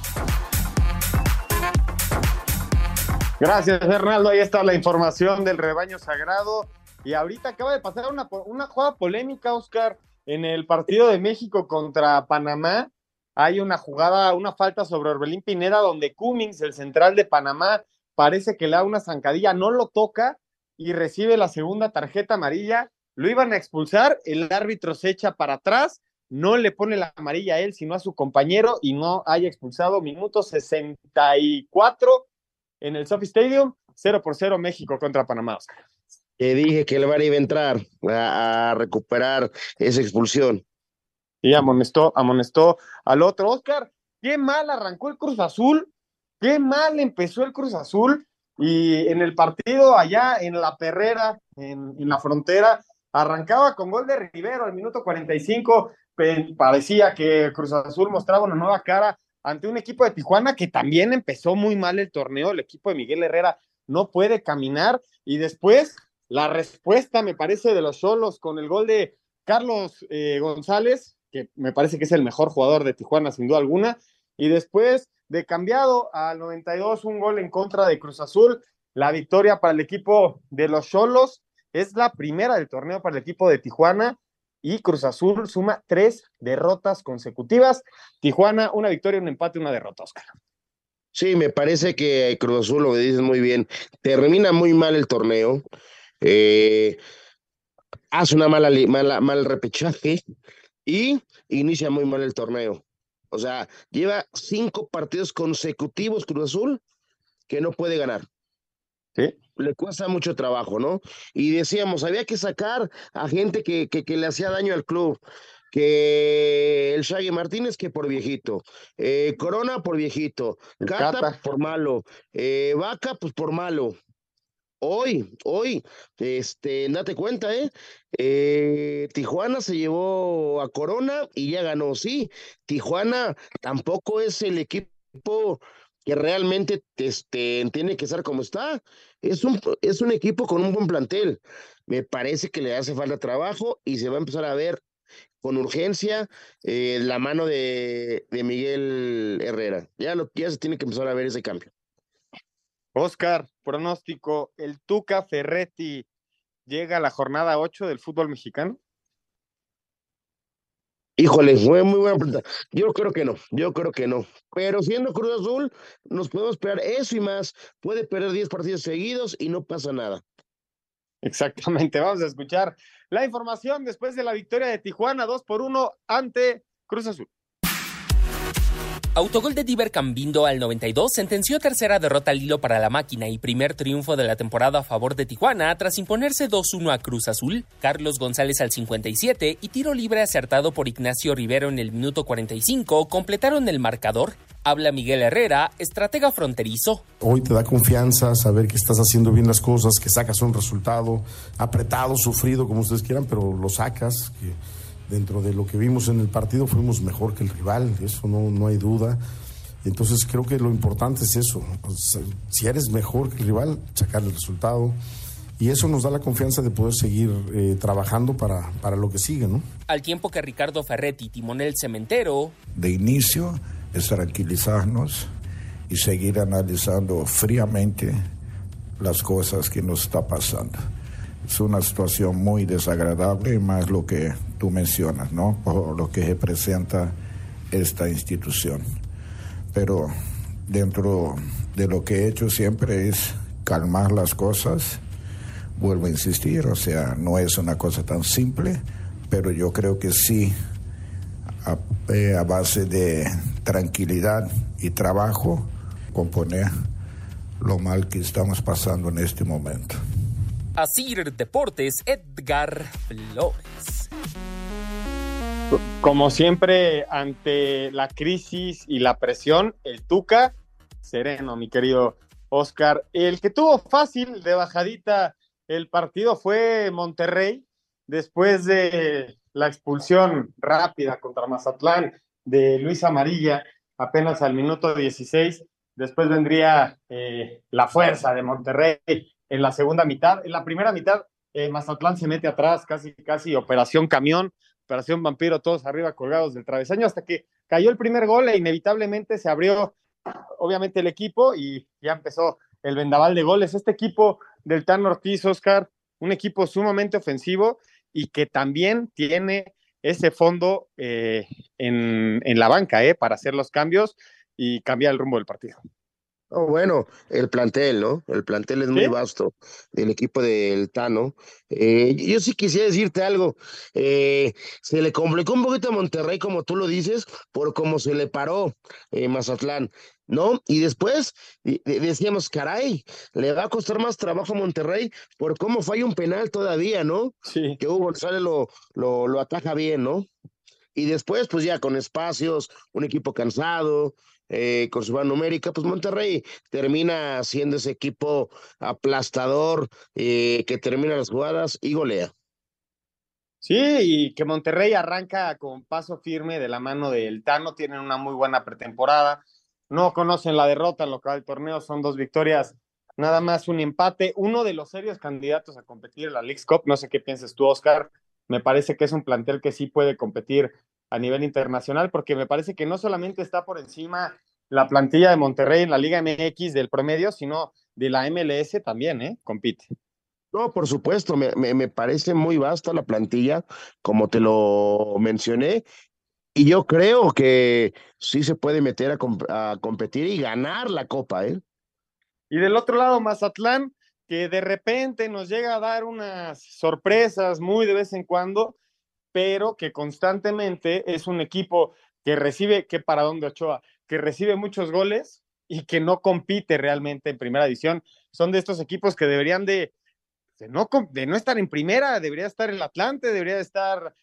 [SPEAKER 4] Gracias, Hernaldo. Ahí está la información del rebaño sagrado. Y ahorita acaba de pasar una, una jugada polémica, Oscar, en el partido de México contra Panamá. Hay una jugada, una falta sobre Orbelín Pineda, donde Cummings, el central de Panamá, parece que le da una zancadilla, no lo toca y recibe la segunda tarjeta amarilla. Lo iban a expulsar, el árbitro se echa para atrás, no le pone la amarilla a él, sino a su compañero, y no haya expulsado. Minuto sesenta y cuatro en el Sophie Stadium, cero por cero México contra Panamá, Oscar.
[SPEAKER 5] Te dije que el V A R iba a entrar a, a recuperar esa expulsión.
[SPEAKER 4] Y amonestó, amonestó al otro. Oscar, qué mal arrancó el Cruz Azul, qué mal empezó el Cruz Azul, y en el partido allá en La Perrera, en, en la frontera, arrancaba con gol de Rivero al minuto cuarenta y cinco, parecía que Cruz Azul mostraba una nueva cara ante un equipo de Tijuana que también empezó muy mal el torneo. El equipo de Miguel Herrera no puede caminar, y después la respuesta, me parece, de los Xolos con el gol de Carlos eh, González, que me parece que es el mejor jugador de Tijuana sin duda alguna, y después de cambiado al noventa y dos, un gol en contra de Cruz Azul. La victoria para el equipo de los Xolos es la primera del torneo para el equipo de Tijuana, y Cruz Azul suma tres derrotas consecutivas. Tijuana, una victoria, un empate, una derrota, Oscar.
[SPEAKER 5] Sí, me parece que Cruz Azul, lo que dices muy bien, termina muy mal el torneo, eh, hace una mala, mala mal repechaje y inicia muy mal el torneo. O sea, lleva cinco partidos consecutivos Cruz Azul que no puede ganar.
[SPEAKER 4] Sí.
[SPEAKER 5] Le cuesta mucho trabajo, ¿no? Y decíamos, había que sacar a gente que, que, que le hacía daño al club, que el Shaggy Martínez, que por viejito, eh, Corona por viejito, Cata, Cata por malo, eh, Vaca pues por malo. Hoy, hoy, este, date cuenta, ¿eh? Eh, Tijuana se llevó a Corona y ya ganó. Sí, Tijuana tampoco es el equipo que realmente este, tiene que estar como está. Es un, es un equipo con un buen plantel. Me parece que le hace falta trabajo y se va a empezar a ver con urgencia eh, la mano de, de Miguel Herrera. Ya, lo, ya se tiene que empezar a ver ese cambio.
[SPEAKER 4] Oscar, pronóstico, ¿el Tuca Ferretti llega a la jornada ocho del fútbol mexicano?
[SPEAKER 5] Híjole, fue muy buena pregunta. Yo creo que no, yo creo que no. Pero siendo Cruz Azul, nos podemos esperar eso y más. Puede perder diez partidos seguidos y no pasa nada.
[SPEAKER 4] Exactamente, vamos a escuchar la información después de la victoria de Tijuana dos por uno ante Cruz Azul.
[SPEAKER 15] Autogol de Diver Cambindo al noventa y dos sentenció tercera derrota al hilo para la máquina y primer triunfo de la temporada a favor de Tijuana tras imponerse dos uno a Cruz Azul. Carlos González al cincuenta y siete y tiro libre acertado por Ignacio Rivero en el minuto cuarenta y cinco completaron el marcador. Habla Miguel Herrera, estratega fronterizo.
[SPEAKER 16] Hoy te da confianza saber que estás haciendo bien las cosas, que sacas un resultado apretado, sufrido, como ustedes quieran, pero lo sacas, que dentro de lo que vimos en el partido fuimos mejor que el rival, eso no, no hay duda. Entonces creo que lo importante es eso, pues, si eres mejor que el rival, sacar el resultado. Y eso nos da la confianza de poder seguir eh, trabajando para, para lo que sigue, ¿no?
[SPEAKER 15] Al tiempo que Ricardo Ferretti, timonel cementero.
[SPEAKER 17] De inicio es tranquilizarnos y seguir analizando fríamente las cosas que nos está pasando. Es una situación muy desagradable, más lo que tú mencionas, ¿no? Por lo que representa esta institución. Pero dentro de lo que he hecho siempre es calmar las cosas. Vuelvo a insistir, o sea, no es una cosa tan simple, pero yo creo que sí, a, eh, a base de tranquilidad y trabajo, componer lo mal que estamos pasando en este momento.
[SPEAKER 15] Asir Deportes, Edgar Flores.
[SPEAKER 4] Como siempre, ante la crisis y la presión, el Tuca, sereno, mi querido Oscar. El que tuvo fácil de bajadita el partido fue Monterrey, después de la expulsión rápida contra Mazatlán de Luis Amarilla, apenas al minuto dieciséis. Después vendría eh, la fuerza de Monterrey en la segunda mitad. En la primera mitad, eh, Mazatlán se mete atrás, casi, casi operación camión, operación vampiro, todos arriba colgados del travesaño, hasta que cayó el primer gol e inevitablemente se abrió, obviamente, el equipo y ya empezó el vendaval de goles. Este equipo del Tan Ortiz, Oscar, un equipo sumamente ofensivo y que también tiene ese fondo eh, en, en la banca eh, para hacer los cambios y cambiar el rumbo del partido.
[SPEAKER 5] Oh, bueno, el plantel, ¿no? El plantel es muy
[SPEAKER 4] ¿Sí?
[SPEAKER 5] vasto del equipo del Tano. Eh, yo sí quisiera decirte algo. Eh, se le complicó un poquito a Monterrey, como tú lo dices, por cómo se le paró eh, Mazatlán, ¿no? Y después de- de- decíamos, caray, le va a costar más trabajo a Monterrey por cómo falla un penal todavía, ¿no?
[SPEAKER 4] Sí.
[SPEAKER 5] Que Hugo González lo, lo, lo ataja bien, ¿no? Y después, pues ya con espacios, un equipo cansado, eh, con su baja numérica, pues Monterrey termina siendo ese equipo aplastador eh, que termina las jugadas y golea.
[SPEAKER 4] Sí, y que Monterrey arranca con paso firme de la mano del Tano, tienen una muy buena pretemporada, no conocen la derrota en lo que va del torneo, son dos victorias, nada más un empate, uno de los serios candidatos a competir en la Leagues Cup. No sé qué piensas tú, Oscar, me parece que es un plantel que sí puede competir a nivel internacional, porque me parece que no solamente está por encima la plantilla de Monterrey en la Liga M X del promedio, sino de la M L S también, ¿eh? Compite.
[SPEAKER 5] No, por supuesto, me, me, me parece muy vasta la plantilla, como te lo mencioné, y yo creo que sí se puede meter a, comp- a competir y ganar la copa, ¿eh?
[SPEAKER 4] Y del otro lado, Mazatlán, que de repente nos llega a dar unas sorpresas muy de vez en cuando, pero que constantemente es un equipo que recibe, que para dónde Ochoa, que recibe muchos goles y que no compite realmente en primera división. Son de estos equipos que deberían de, de, no, de no estar en primera, debería estar el Atlante, debería estar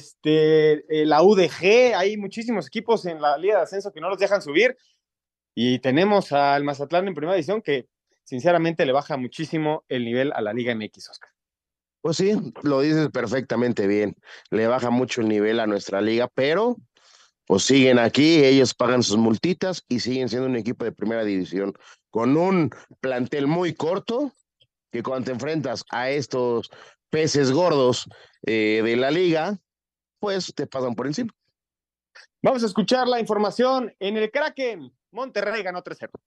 [SPEAKER 4] este, la U D G, hay muchísimos equipos en la Liga de Ascenso que no los dejan subir, y tenemos al Mazatlán en primera división que sinceramente le baja muchísimo el nivel a la Liga M X, Oscar.
[SPEAKER 5] Pues sí, lo dices perfectamente bien. Le baja mucho el nivel a nuestra liga, pero pues siguen aquí, ellos pagan sus multitas y siguen siendo un equipo de primera división con un plantel muy corto, que cuando te enfrentas a estos peces gordos eh, de la liga, pues te pasan por encima.
[SPEAKER 4] Vamos a escuchar la información en el Kraken. Monterrey ganó tres cero.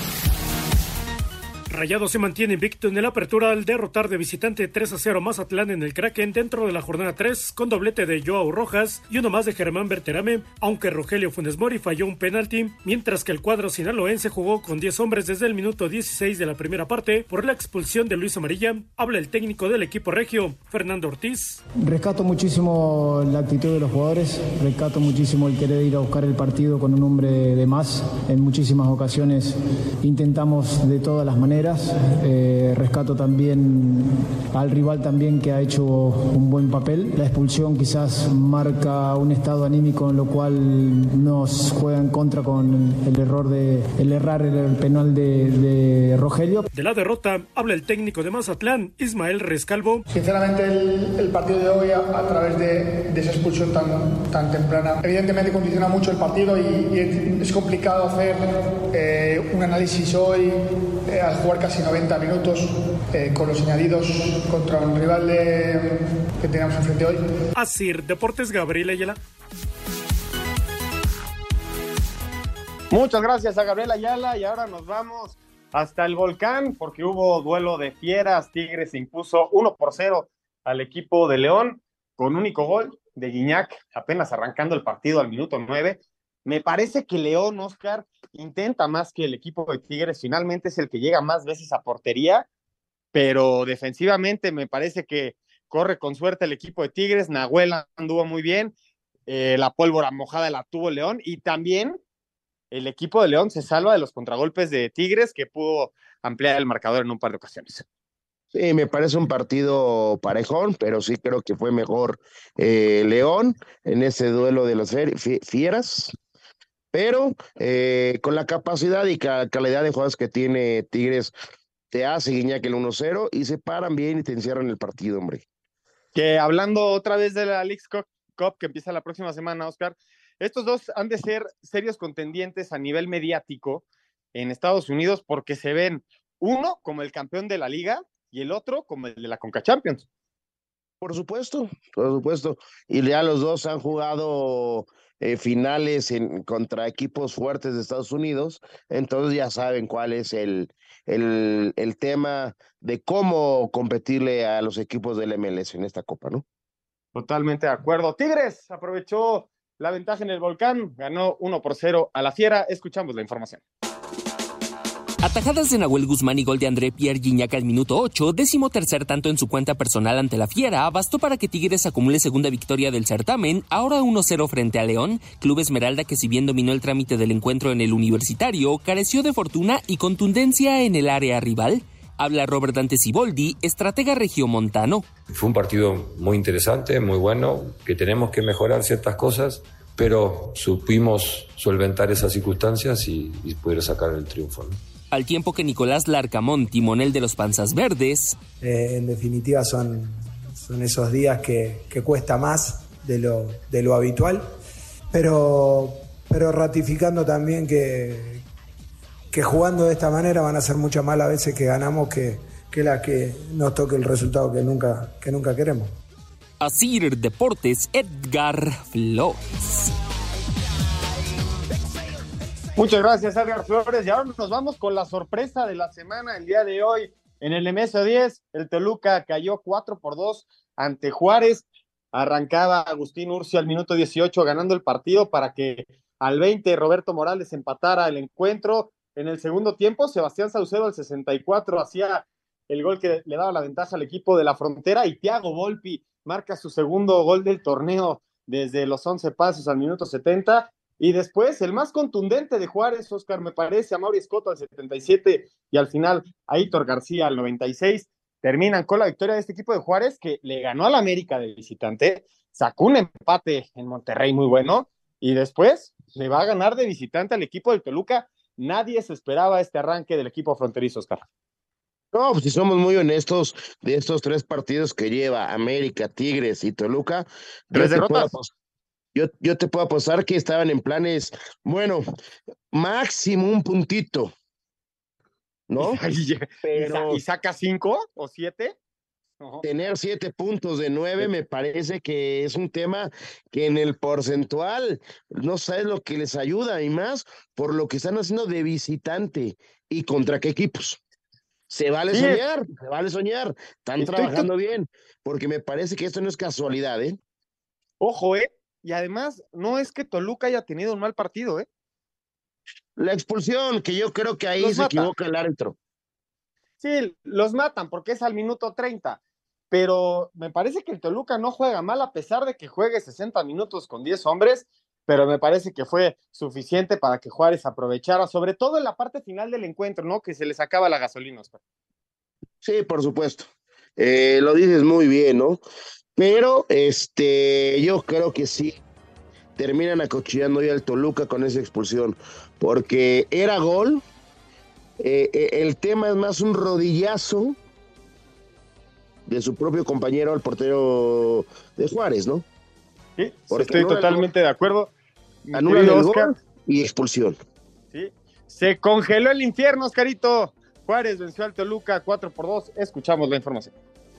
[SPEAKER 18] Rayados se mantiene invicto en el Apertura al derrotar de visitante tres a cero a Mazatlán en el Kraken dentro de la jornada tres, con doblete de Joao Rojas y uno más de Germán Berterame, aunque Rogelio Funes Mori falló un penalti, mientras que el cuadro sinaloense jugó con diez hombres desde el minuto dieciséis de la primera parte por la expulsión de Luis Amarilla. Habla el técnico del equipo regio, Fernando Ortiz.
[SPEAKER 19] Rescato muchísimo la actitud de los jugadores, rescato muchísimo el querer ir a buscar el partido con un hombre de más. En muchísimas ocasiones intentamos de todas las maneras. Eh, rescato también al rival también, que ha hecho un buen papel. La expulsión quizás marca un estado anímico en lo cual nos juega en contra con el error de el errar el penal de, de Rogelio.
[SPEAKER 18] De la derrota habla el técnico de Mazatlán, Ismael Rescalvo.
[SPEAKER 20] Sinceramente el, el partido de hoy, a, a través de, de esa expulsión tan, tan temprana, evidentemente condiciona mucho el partido y, y es, es complicado hacer eh, un análisis hoy eh, al jugar casi noventa minutos eh, con los añadidos contra un rival de, que teníamos enfrente hoy.
[SPEAKER 18] Asir Deportes, Gabriel Ayala.
[SPEAKER 4] Muchas gracias a Gabriel Ayala y ahora nos vamos hasta el Volcán porque hubo duelo de fieras. Tigres impuso uno por cero al equipo de León con único gol de Guiñac, apenas arrancando el partido al minuto nueve. Me parece que León, Oscar, intenta más que el equipo de Tigres, finalmente es el que llega más veces a portería, pero defensivamente me parece que corre con suerte el equipo de Tigres. Nahuel anduvo muy bien, eh, la pólvora mojada la tuvo León, y también el equipo de León se salva de los contragolpes de Tigres, que pudo ampliar el marcador en un par de ocasiones.
[SPEAKER 5] Sí, me parece un partido parejón, pero sí creo que fue mejor eh, León en ese duelo de las fieras. Pero eh, con la capacidad y ca- calidad de jugadores que tiene Tigres, te hace Guiñac el uno cero y se paran bien y te encierran el partido, hombre.
[SPEAKER 4] Que hablando otra vez de la Leagues Cup, Cup que empieza la próxima semana, Oscar, estos dos han de ser serios contendientes a nivel mediático en Estados Unidos porque se ven uno como el campeón de la liga y el otro como el de la Conca Champions.
[SPEAKER 5] Por supuesto, por supuesto. Y ya los dos han jugado eh, finales en, contra equipos fuertes de Estados Unidos, entonces ya saben cuál es el, el, el tema de cómo competirle a los equipos del M L S en esta copa, ¿no?
[SPEAKER 4] Totalmente de acuerdo. Tigres aprovechó la ventaja en el Volcán, ganó uno por cero a la Fiera. Escuchamos la información.
[SPEAKER 15] Atajadas de Nahuel Guzmán y gol de André Pierre Gignac al minuto ocho, décimo tercer tanto en su cuenta personal ante la Fiera, bastó para que Tigres acumule segunda victoria del certamen, ahora uno cero frente a León, Club Esmeralda que si bien dominó el trámite del encuentro en el Universitario, careció de fortuna y contundencia en el área rival. Habla Robert Dante Siboldi, estratega regiomontano.
[SPEAKER 21] Fue un partido muy interesante, muy bueno, que tenemos que mejorar ciertas cosas, pero supimos solventar esas circunstancias y, y poder sacar el triunfo, ¿no?
[SPEAKER 15] Al tiempo que Nicolás Larcamón, timonel de los Panzas Verdes.
[SPEAKER 22] Eh, en definitiva son, son esos días que, que cuesta más de lo, de lo habitual, pero, pero ratificando también que, que jugando de esta manera van a ser muchas más las veces que ganamos que, que la que nos toque el resultado que nunca, que nunca queremos.
[SPEAKER 15] Asir Deportes, Edgar Flores.
[SPEAKER 4] Muchas gracias, Edgar Flores. Y ahora nos vamos con la sorpresa de la semana. El día de hoy, en el M S diez, el Toluca cayó cuatro por dos ante Juárez. Arrancaba Agustín Urcio al minuto dieciocho ganando el partido para que al veinte Roberto Morales empatara el encuentro. En el segundo tiempo, Sebastián Saucedo al sesenta y cuatro hacía el gol que le daba la ventaja al equipo de la Frontera, y Thiago Volpi marca su segundo gol del torneo desde los once pasos al minuto setenta. Y después, el más contundente de Juárez, Oscar, me parece, Amaury Escoto al setenta y siete y al final Aitor García al noventa y seis. Terminan con la victoria de este equipo de Juárez, que le ganó al América de visitante, sacó un empate en Monterrey muy bueno, y después le va a ganar de visitante al equipo del Toluca nadie se esperaba este arranque del equipo fronterizo, Oscar.
[SPEAKER 5] No, pues si somos muy honestos, de estos tres partidos que lleva América, Tigres y Toluca,
[SPEAKER 4] tres
[SPEAKER 5] yo te, puedo
[SPEAKER 4] derrotas.
[SPEAKER 5] apostar, yo, yo te puedo apostar que estaban en planes, bueno, máximo un puntito, ¿no?
[SPEAKER 4] Y,
[SPEAKER 5] Pero
[SPEAKER 4] y, y saca cinco o siete. Uh-huh.
[SPEAKER 5] Tener siete puntos de nueve sí. Me parece que es un tema que en el porcentual no sabes lo que les ayuda, y más por lo que están haciendo de visitante y contra qué equipos. Se vale sí. soñar, se vale soñar, están Estoy trabajando t- bien, porque me parece que esto no es casualidad, ¿eh?
[SPEAKER 4] Ojo, ¿eh? Y además, no es que Toluca haya tenido un mal partido, ¿eh?
[SPEAKER 5] La expulsión, que yo creo que ahí los se mata. Equivoca el árbitro.
[SPEAKER 4] Sí, los matan porque es al minuto treinta, pero me parece que el Toluca no juega mal a pesar de que juegue sesenta minutos con diez hombres, pero me parece que fue suficiente para que Juárez aprovechara, sobre todo en la parte final del encuentro, ¿no? Que se les acaba la gasolina, Oscar.
[SPEAKER 5] Sí, por supuesto. Eh, lo dices muy bien, ¿no? Pero este, yo creo que sí terminan acuchillando ya al Toluca con esa expulsión, porque era gol. Eh, eh, el tema es más un rodillazo de su propio compañero, al portero de Juárez, ¿no?
[SPEAKER 4] Sí, estoy totalmente de acuerdo.
[SPEAKER 5] Anula el Oscar y expulsión.
[SPEAKER 4] Sí, se congeló el infierno, Oscarito. Juárez venció al Toluca cuatro por dos. Escuchamos la información.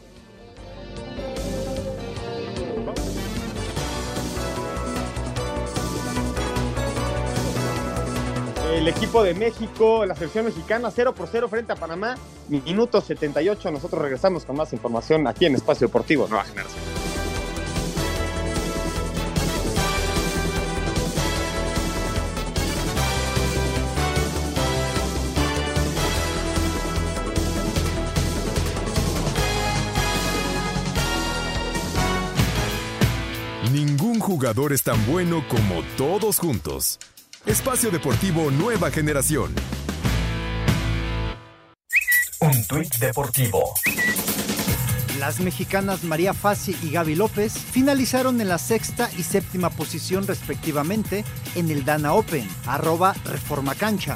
[SPEAKER 4] El equipo de México, la selección mexicana, cero por cero frente a Panamá, minuto setenta y ocho. Nosotros regresamos con más información aquí en Espacio Deportivo Nueva Generación.
[SPEAKER 3] Ningún jugador es tan bueno como todos juntos. Espacio Deportivo Nueva Generación.
[SPEAKER 6] Un tuit deportivo.
[SPEAKER 7] Las mexicanas María Fassi y Gaby López finalizaron en la sexta y séptima posición respectivamente en el Dana Open, arroba Reforma Cancha.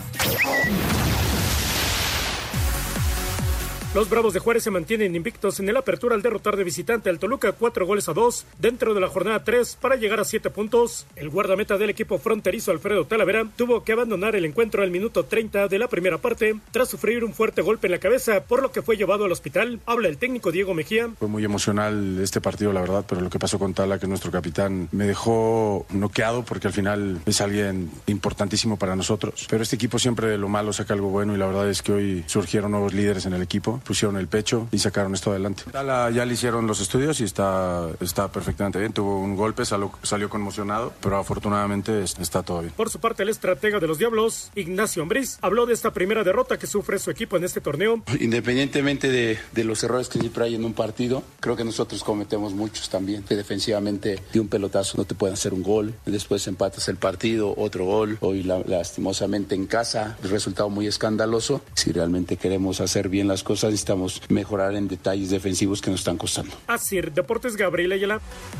[SPEAKER 18] Los Bravos de Juárez se mantienen invictos en el Apertura al derrotar de visitante al Toluca cuatro goles a dos dentro de la jornada tres para llegar a siete puntos. El guardameta del equipo fronterizo Alfredo Talavera tuvo que abandonar el encuentro al minuto treinta de la primera parte tras sufrir un fuerte golpe en la cabeza, por lo que fue llevado al hospital. Habla el técnico Diego Mejía.
[SPEAKER 1] Fue muy emocional este partido, la verdad, pero lo que pasó con Tala, que nuestro capitán, me dejó noqueado porque al final es alguien importantísimo para nosotros. Pero este equipo siempre de lo malo saca algo bueno y la verdad es que hoy surgieron nuevos líderes en el equipo. Pusieron el pecho y sacaron esto adelante. Tala ya le hicieron los estudios y está, está perfectamente bien. Tuvo un golpe, salió, salió conmocionado, pero afortunadamente está todo bien.
[SPEAKER 18] Por su parte, el estratega de los Diablos, Ignacio Ambriz, habló de esta primera derrota que sufre su equipo en este torneo.
[SPEAKER 2] Independientemente de, de los errores que siempre hay en un partido, creo que nosotros cometemos muchos también. Que defensivamente de un pelotazo no te pueden hacer un gol, después empatas el partido, otro gol. Hoy la, lastimosamente en casa, el resultado muy escandaloso. Si realmente queremos hacer bien las cosas, necesitamos mejorar en detalles defensivos que nos están costando.
[SPEAKER 18] Así, Deportes, Gabriel Ayala.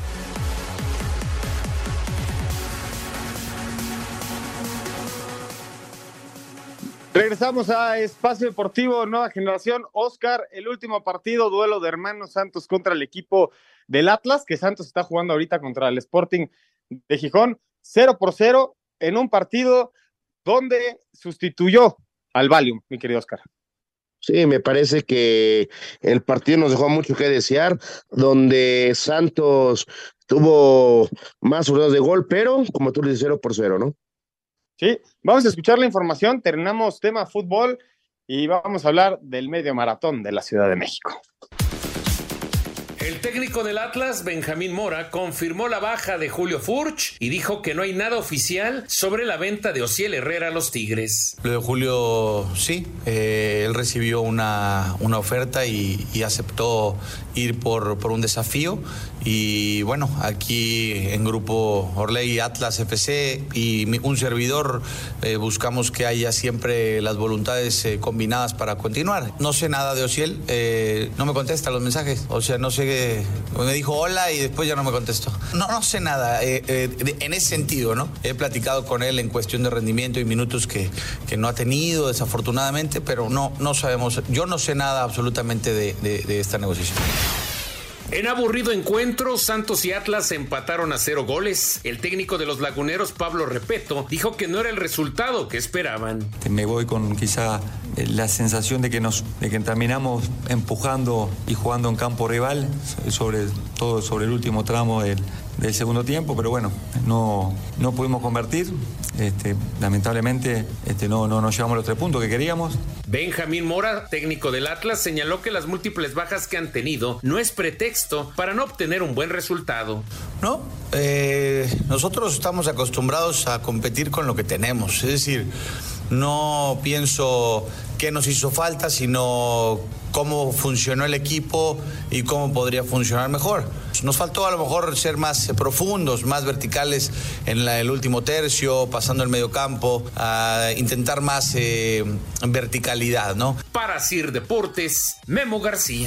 [SPEAKER 4] Regresamos a Espacio Deportivo Nueva Generación. Oscar, el último partido, duelo de hermanos Santos contra el equipo del Atlas, que Santos está jugando ahorita contra el Sporting de Gijón, cero por cero en un partido donde sustituyó al Valium, mi querido Oscar.
[SPEAKER 5] Sí, me parece que el partido nos dejó mucho que desear, donde Santos tuvo más oportunidades de gol, pero como tú dices, cero por cero, ¿no?
[SPEAKER 4] Sí, vamos a escuchar la información, terminamos tema fútbol y vamos a hablar del medio maratón de la Ciudad de México.
[SPEAKER 23] El técnico del Atlas, Benjamín Mora, confirmó la baja de Julio Furch y dijo que no hay nada oficial sobre la venta de Ociel Herrera a los Tigres.
[SPEAKER 24] Lo de Julio, sí, eh, él recibió una, una oferta y, y aceptó ir por, por un desafío. Y bueno, aquí en Grupo Orley Atlas F C y mi, un servidor eh, buscamos que haya siempre las voluntades eh, combinadas para continuar. No sé nada de Ociel, eh, no me contesta los mensajes, o sea, no sé que me dijo hola y después ya no me contestó. No, no sé nada eh, eh, en ese sentido, ¿no? He platicado con él en cuestión de rendimiento y minutos que, que no ha tenido, desafortunadamente, pero no, no sabemos. Yo no sé nada absolutamente de, de, de esta negociación.
[SPEAKER 23] En aburrido encuentro, Santos y Atlas empataron a cero goles. El técnico de los laguneros, Pablo Repeto, dijo que no era el resultado que esperaban.
[SPEAKER 8] Me voy con quizá la sensación de que nos de que terminamos empujando y jugando en campo rival, sobre todo sobre el último tramo del, del segundo tiempo, pero bueno, no, no pudimos convertir. Este, lamentablemente este, no, no nos llevamos los tres puntos que queríamos.
[SPEAKER 23] Benjamín Mora, técnico del Atlas, señaló que las múltiples bajas que han tenido no es pretexto para no obtener un buen resultado.
[SPEAKER 24] No, eh, nosotros estamos acostumbrados a competir con lo que tenemos, es decir, no pienso qué nos hizo falta, sino cómo funcionó el equipo y cómo podría funcionar mejor. Nos faltó a lo mejor ser más profundos, más verticales en la, el último tercio, pasando el mediocampo, a intentar más eh, verticalidad, ¿no?
[SPEAKER 23] Para Sir Deportes, Memo García.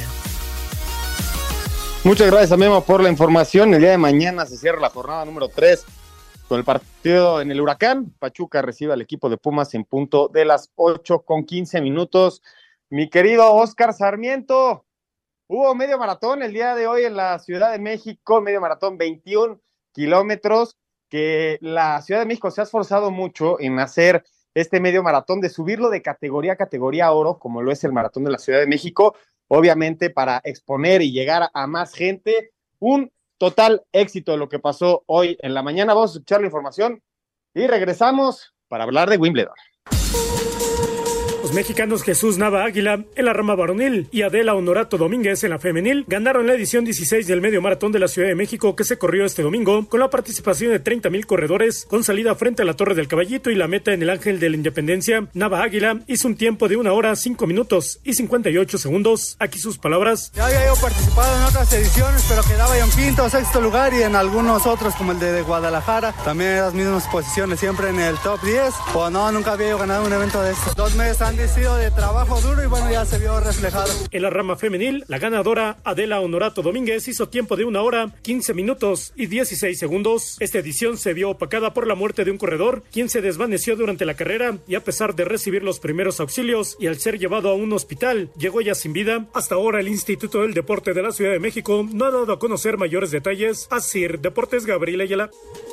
[SPEAKER 4] Muchas gracias a Memo por la información. El día de mañana se cierra la jornada número tres con el partido en el Huracán. Pachuca recibe al equipo de Pumas en punto de las ocho con quince minutos. Mi querido Oscar Sarmiento, hubo medio maratón el día de hoy en la Ciudad de México, medio maratón veintiún kilómetros, que la Ciudad de México se ha esforzado mucho en hacer este medio maratón, de subirlo de categoría a categoría oro, como lo es el maratón de la Ciudad de México, obviamente para exponer y llegar a más gente. Un total éxito de lo que pasó hoy en la mañana. Vamos a escuchar la información y regresamos para hablar de Wimbledon.
[SPEAKER 18] Los mexicanos Jesús Nava Águila en la rama varonil y Adela Honorato Domínguez en la femenil ganaron la edición dieciséis del medio maratón de la Ciudad de México, que se corrió este domingo con la participación de treinta mil corredores, con salida frente a la Torre del Caballito y la meta en el Ángel de la Independencia. Nava Águila hizo un tiempo de una hora, cinco minutos y cincuenta y ocho segundos. Aquí sus palabras.
[SPEAKER 9] Ya había yo participado en otras ediciones, pero quedaba yo en quinto o sexto lugar, y en algunos otros como el de Guadalajara también en las mismas posiciones, siempre en el top diez. Pues no, nunca había yo ganado un evento de estos. Dos meses han sido de trabajo duro y bueno, ya se vio reflejado.
[SPEAKER 18] En la rama femenil, la ganadora Adela Honorato Domínguez hizo tiempo de una hora, quince minutos y dieciséis segundos. Esta edición se vio opacada por la muerte de un corredor, quien se desvaneció durante la carrera, y a pesar de recibir los primeros auxilios y al ser llevado a un hospital, llegó ya sin vida. Hasta ahora el Instituto del Deporte de la Ciudad de México no ha dado a conocer mayores detalles. Así, Deportes, Gabriel Ayala.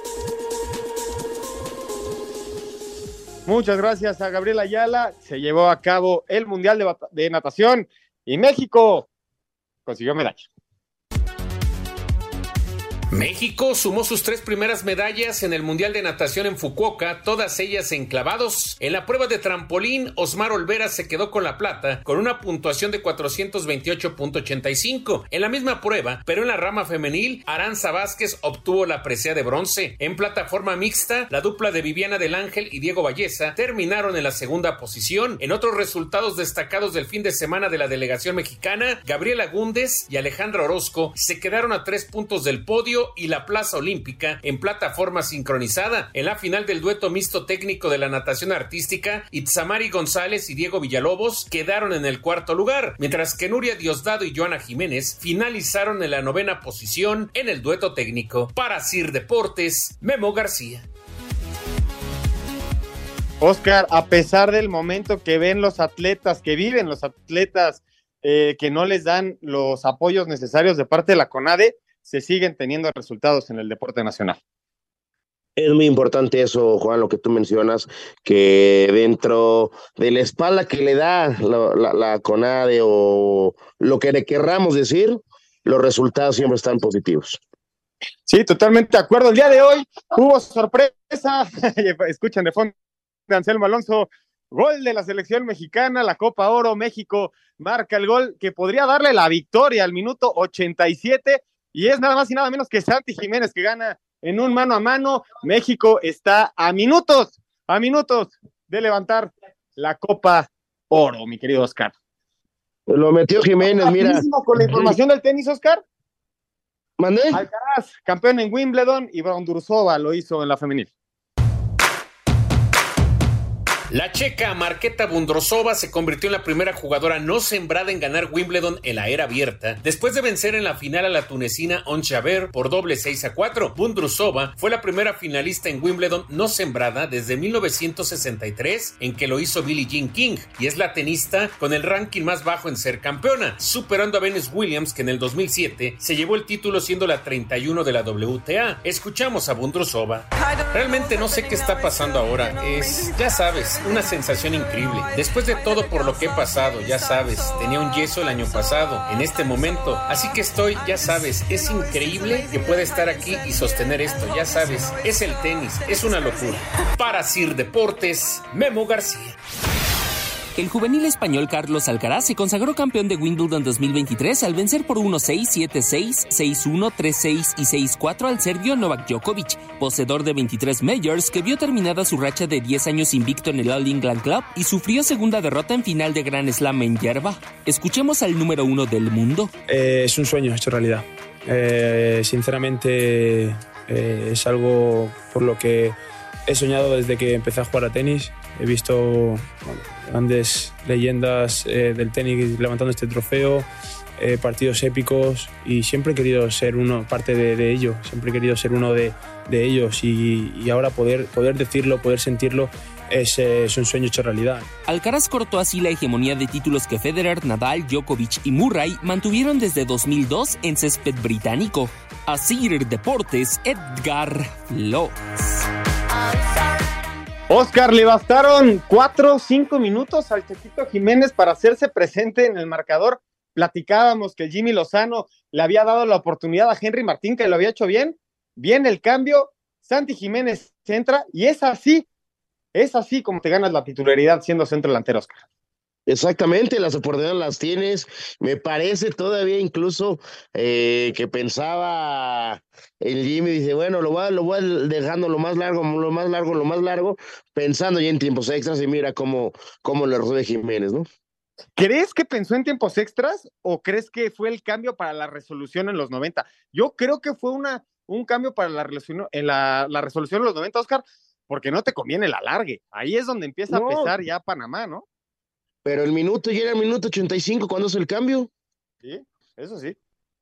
[SPEAKER 4] Muchas gracias a Gabriel Ayala. Se llevó a cabo el Mundial de, Bat- de Natación y México consiguió medalla.
[SPEAKER 23] México sumó sus tres primeras medallas en el Mundial de Natación en Fukuoka, todas ellas en clavados. En la prueba de trampolín, Osmar Olvera se quedó con la plata con una puntuación de cuatrocientos veintiocho punto ochenta y cinco. En la misma prueba, pero en la rama femenil, Aranza Vázquez obtuvo la presea de bronce. En plataforma mixta, la dupla de Viviana del Ángel y Diego Valleza terminaron en la segunda posición. En otros resultados destacados del fin de semana de la delegación mexicana, Gabriela Gúndez y Alejandra Orozco se quedaron a tres puntos del podio y la plaza olímpica en plataforma sincronizada. En la final del dueto mixto técnico de la natación artística, Itzamari González y Diego Villalobos quedaron en el cuarto lugar, mientras que Nuria Diosdado y Joana Jiménez finalizaron en la novena posición en el dueto técnico. Para Sir Deportes, Memo García.
[SPEAKER 4] Oscar, a pesar del momento que ven los atletas, que viven los atletas, eh, que no les dan los apoyos necesarios de parte de la CONADE, se siguen teniendo resultados en el deporte nacional.
[SPEAKER 5] Es muy importante eso, Juan, lo que tú mencionas, que dentro de la espalda que le da la, la, la CONADE o lo que le querramos decir, los resultados siempre están positivos.
[SPEAKER 4] Sí, totalmente de acuerdo. El día de hoy hubo sorpresa, escuchan de fondo de Anselmo Alonso, gol de la selección mexicana, la Copa Oro. México marca el gol que podría darle la victoria al minuto ochenta y siete, y es nada más y nada menos que Santi Jiménez, que gana en un mano a mano. México está a minutos, a minutos de levantar la Copa Oro, mi querido Oscar.
[SPEAKER 5] Lo metió Jiménez, mira.
[SPEAKER 4] Con la información del tenis, Oscar.
[SPEAKER 5] ¿Mandé?
[SPEAKER 4] Alcaraz, campeón en Wimbledon, y Bondurusova lo hizo en la femenil.
[SPEAKER 23] La checa Marketa Vondrousova se convirtió en la primera jugadora no sembrada en ganar Wimbledon en la era abierta, después de vencer en la final a la tunecina Ons Jabeur por doble seis a cuatro. Vondrousova fue la primera finalista en Wimbledon no sembrada desde mil novecientos sesenta y tres, en que lo hizo Billie Jean King, y es la tenista con el ranking más bajo en ser campeona, superando a Venus Williams, que en el dos mil siete se llevó el título siendo la treinta y uno de la W T A. Escuchamos a Vondrousova. Realmente no sé qué está pasando ahora, es, ya sabes, una sensación increíble. Después de todo por lo que he pasado, ya sabes, tenía un yeso el año pasado, en este momento, así que estoy, ya sabes, es increíble que pueda estar aquí y sostener esto, ya sabes, es el tenis, es una locura. Para Sir Deportes, Memo García.
[SPEAKER 15] El juvenil español Carlos Alcaraz se consagró campeón de Wimbledon dos mil veintitrés al vencer por uno seis, siete seis, seis uno, tres seis y seis cuatro al serbio Novak Djokovic, poseedor de veintitrés majors, que vio terminada su racha de diez años invicto en el All England Club y sufrió segunda derrota en final de Grand Slam en Yerba. Escuchemos al número uno del mundo.
[SPEAKER 10] Eh, es un sueño hecho realidad. Eh, sinceramente eh, es algo por lo que he soñado desde que empecé a jugar a tenis. He visto bueno, grandes leyendas eh, del tenis levantando este trofeo, eh, partidos épicos, y siempre he querido ser uno, parte de, de ello, siempre he querido ser uno de, de ellos y, y ahora poder, poder decirlo, poder sentirlo, es, eh, es un sueño hecho realidad.
[SPEAKER 15] Alcaraz cortó así la hegemonía de títulos que Federer, Nadal, Djokovic y Murray mantuvieron desde dos mil dos en césped británico. Asir Deportes, Edgar Flores.
[SPEAKER 4] Oscar, le bastaron cuatro o cinco minutos al Chaquito Jiménez para hacerse presente en el marcador. Platicábamos que Jimmy Lozano le había dado la oportunidad a Henry Martín, que lo había hecho bien. Bien el cambio, Santi Jiménez entra y es así, es así como te ganas la titularidad siendo centro delantero, Oscar.
[SPEAKER 5] Exactamente, las oportunidades las tienes. Me parece todavía incluso eh, que pensaba el Jimmy, dice, bueno, lo voy, lo voy dejando lo más largo, lo más largo, lo más largo, pensando ya en tiempos extras, y mira cómo, cómo le resuelve Jiménez, ¿no?
[SPEAKER 4] ¿Crees que pensó en tiempos extras o crees que fue el cambio para la resolución en los noventa? Yo creo que fue una, un cambio para la resolución, en la, la resolución en los noventa, Oscar, porque no te conviene el alargue. Ahí es donde empieza no. a pesar ya Panamá, ¿no?
[SPEAKER 5] Pero el minuto ya era el minuto ochenta y cinco, ¿cuándo es el cambio?
[SPEAKER 4] Sí, eso sí.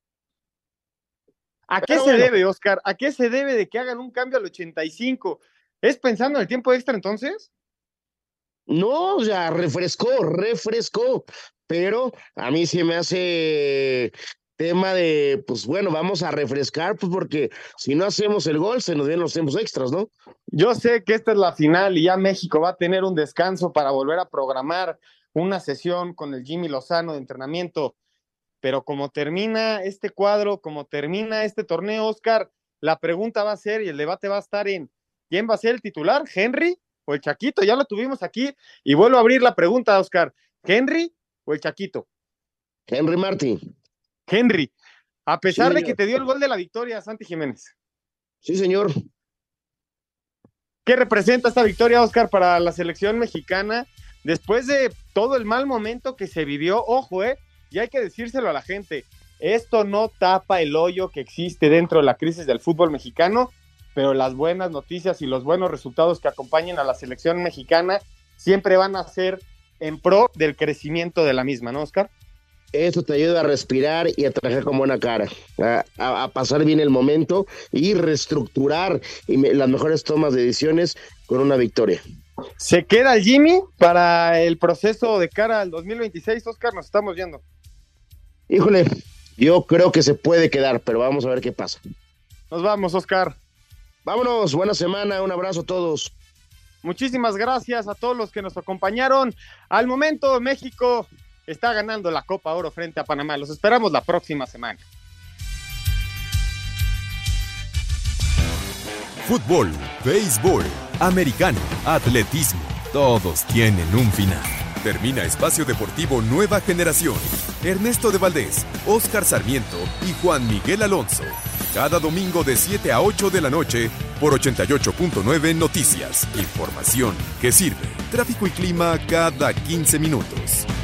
[SPEAKER 4] ¿A qué Pero se bueno. debe, Oscar? ¿A qué se debe de que hagan un cambio al ochenta y cinco? ¿Es pensando en el tiempo extra entonces?
[SPEAKER 5] No, o sea, refrescó, refrescó. Pero a mí sí me hace tema de, pues bueno, vamos a refrescar, pues porque si no hacemos el gol, se nos vienen los tiempos extras, ¿no?
[SPEAKER 4] Yo sé que esta es la final y ya México va a tener un descanso para volver a programar una sesión con el Jimmy Lozano de entrenamiento, pero como termina este cuadro, como termina este torneo, Oscar, la pregunta va a ser y el debate va a estar en ¿quién va a ser el titular? ¿Henry o el Chaquito? Ya lo tuvimos aquí y vuelvo a abrir la pregunta, Oscar, ¿Henry o el Chaquito?
[SPEAKER 5] Henry Martín.
[SPEAKER 4] Henry, a pesar sí, de que te dio el gol de la victoria, Santi Jiménez.
[SPEAKER 5] Sí, señor.
[SPEAKER 4] ¿Qué representa esta victoria, Oscar, para la selección mexicana? Después de todo el mal momento que se vivió, ojo, eh, y hay que decírselo a la gente, esto no tapa el hoyo que existe dentro de la crisis del fútbol mexicano, pero las buenas noticias y los buenos resultados que acompañen a la selección mexicana siempre van a ser en pro del crecimiento de la misma, ¿no, Oscar?
[SPEAKER 5] Eso te ayuda a respirar y a trabajar con buena cara, a, a, a pasar bien el momento y reestructurar y me, las mejores tomas de decisiones con una victoria.
[SPEAKER 4] ¿Se queda el Jimmy para el proceso de cara al dos mil veintiséis, Oscar? Nos estamos yendo.
[SPEAKER 5] Híjole, yo creo que se puede quedar, pero vamos a ver qué pasa.
[SPEAKER 4] Nos vamos, Oscar.
[SPEAKER 5] Vámonos, buena semana, un abrazo a todos.
[SPEAKER 4] Muchísimas gracias a todos los que nos acompañaron. Al momento, México está ganando la Copa Oro frente a Panamá. Los esperamos la próxima semana.
[SPEAKER 3] Fútbol, béisbol, americano, atletismo, todos tienen un final. Termina Espacio Deportivo Nueva Generación. Ernesto de Valdés, Óscar Sarmiento y Juan Miguel Alonso. Cada domingo de siete a ocho de la noche por ochenta y ocho punto nueve Noticias. Información que sirve. Tráfico y clima cada quince minutos.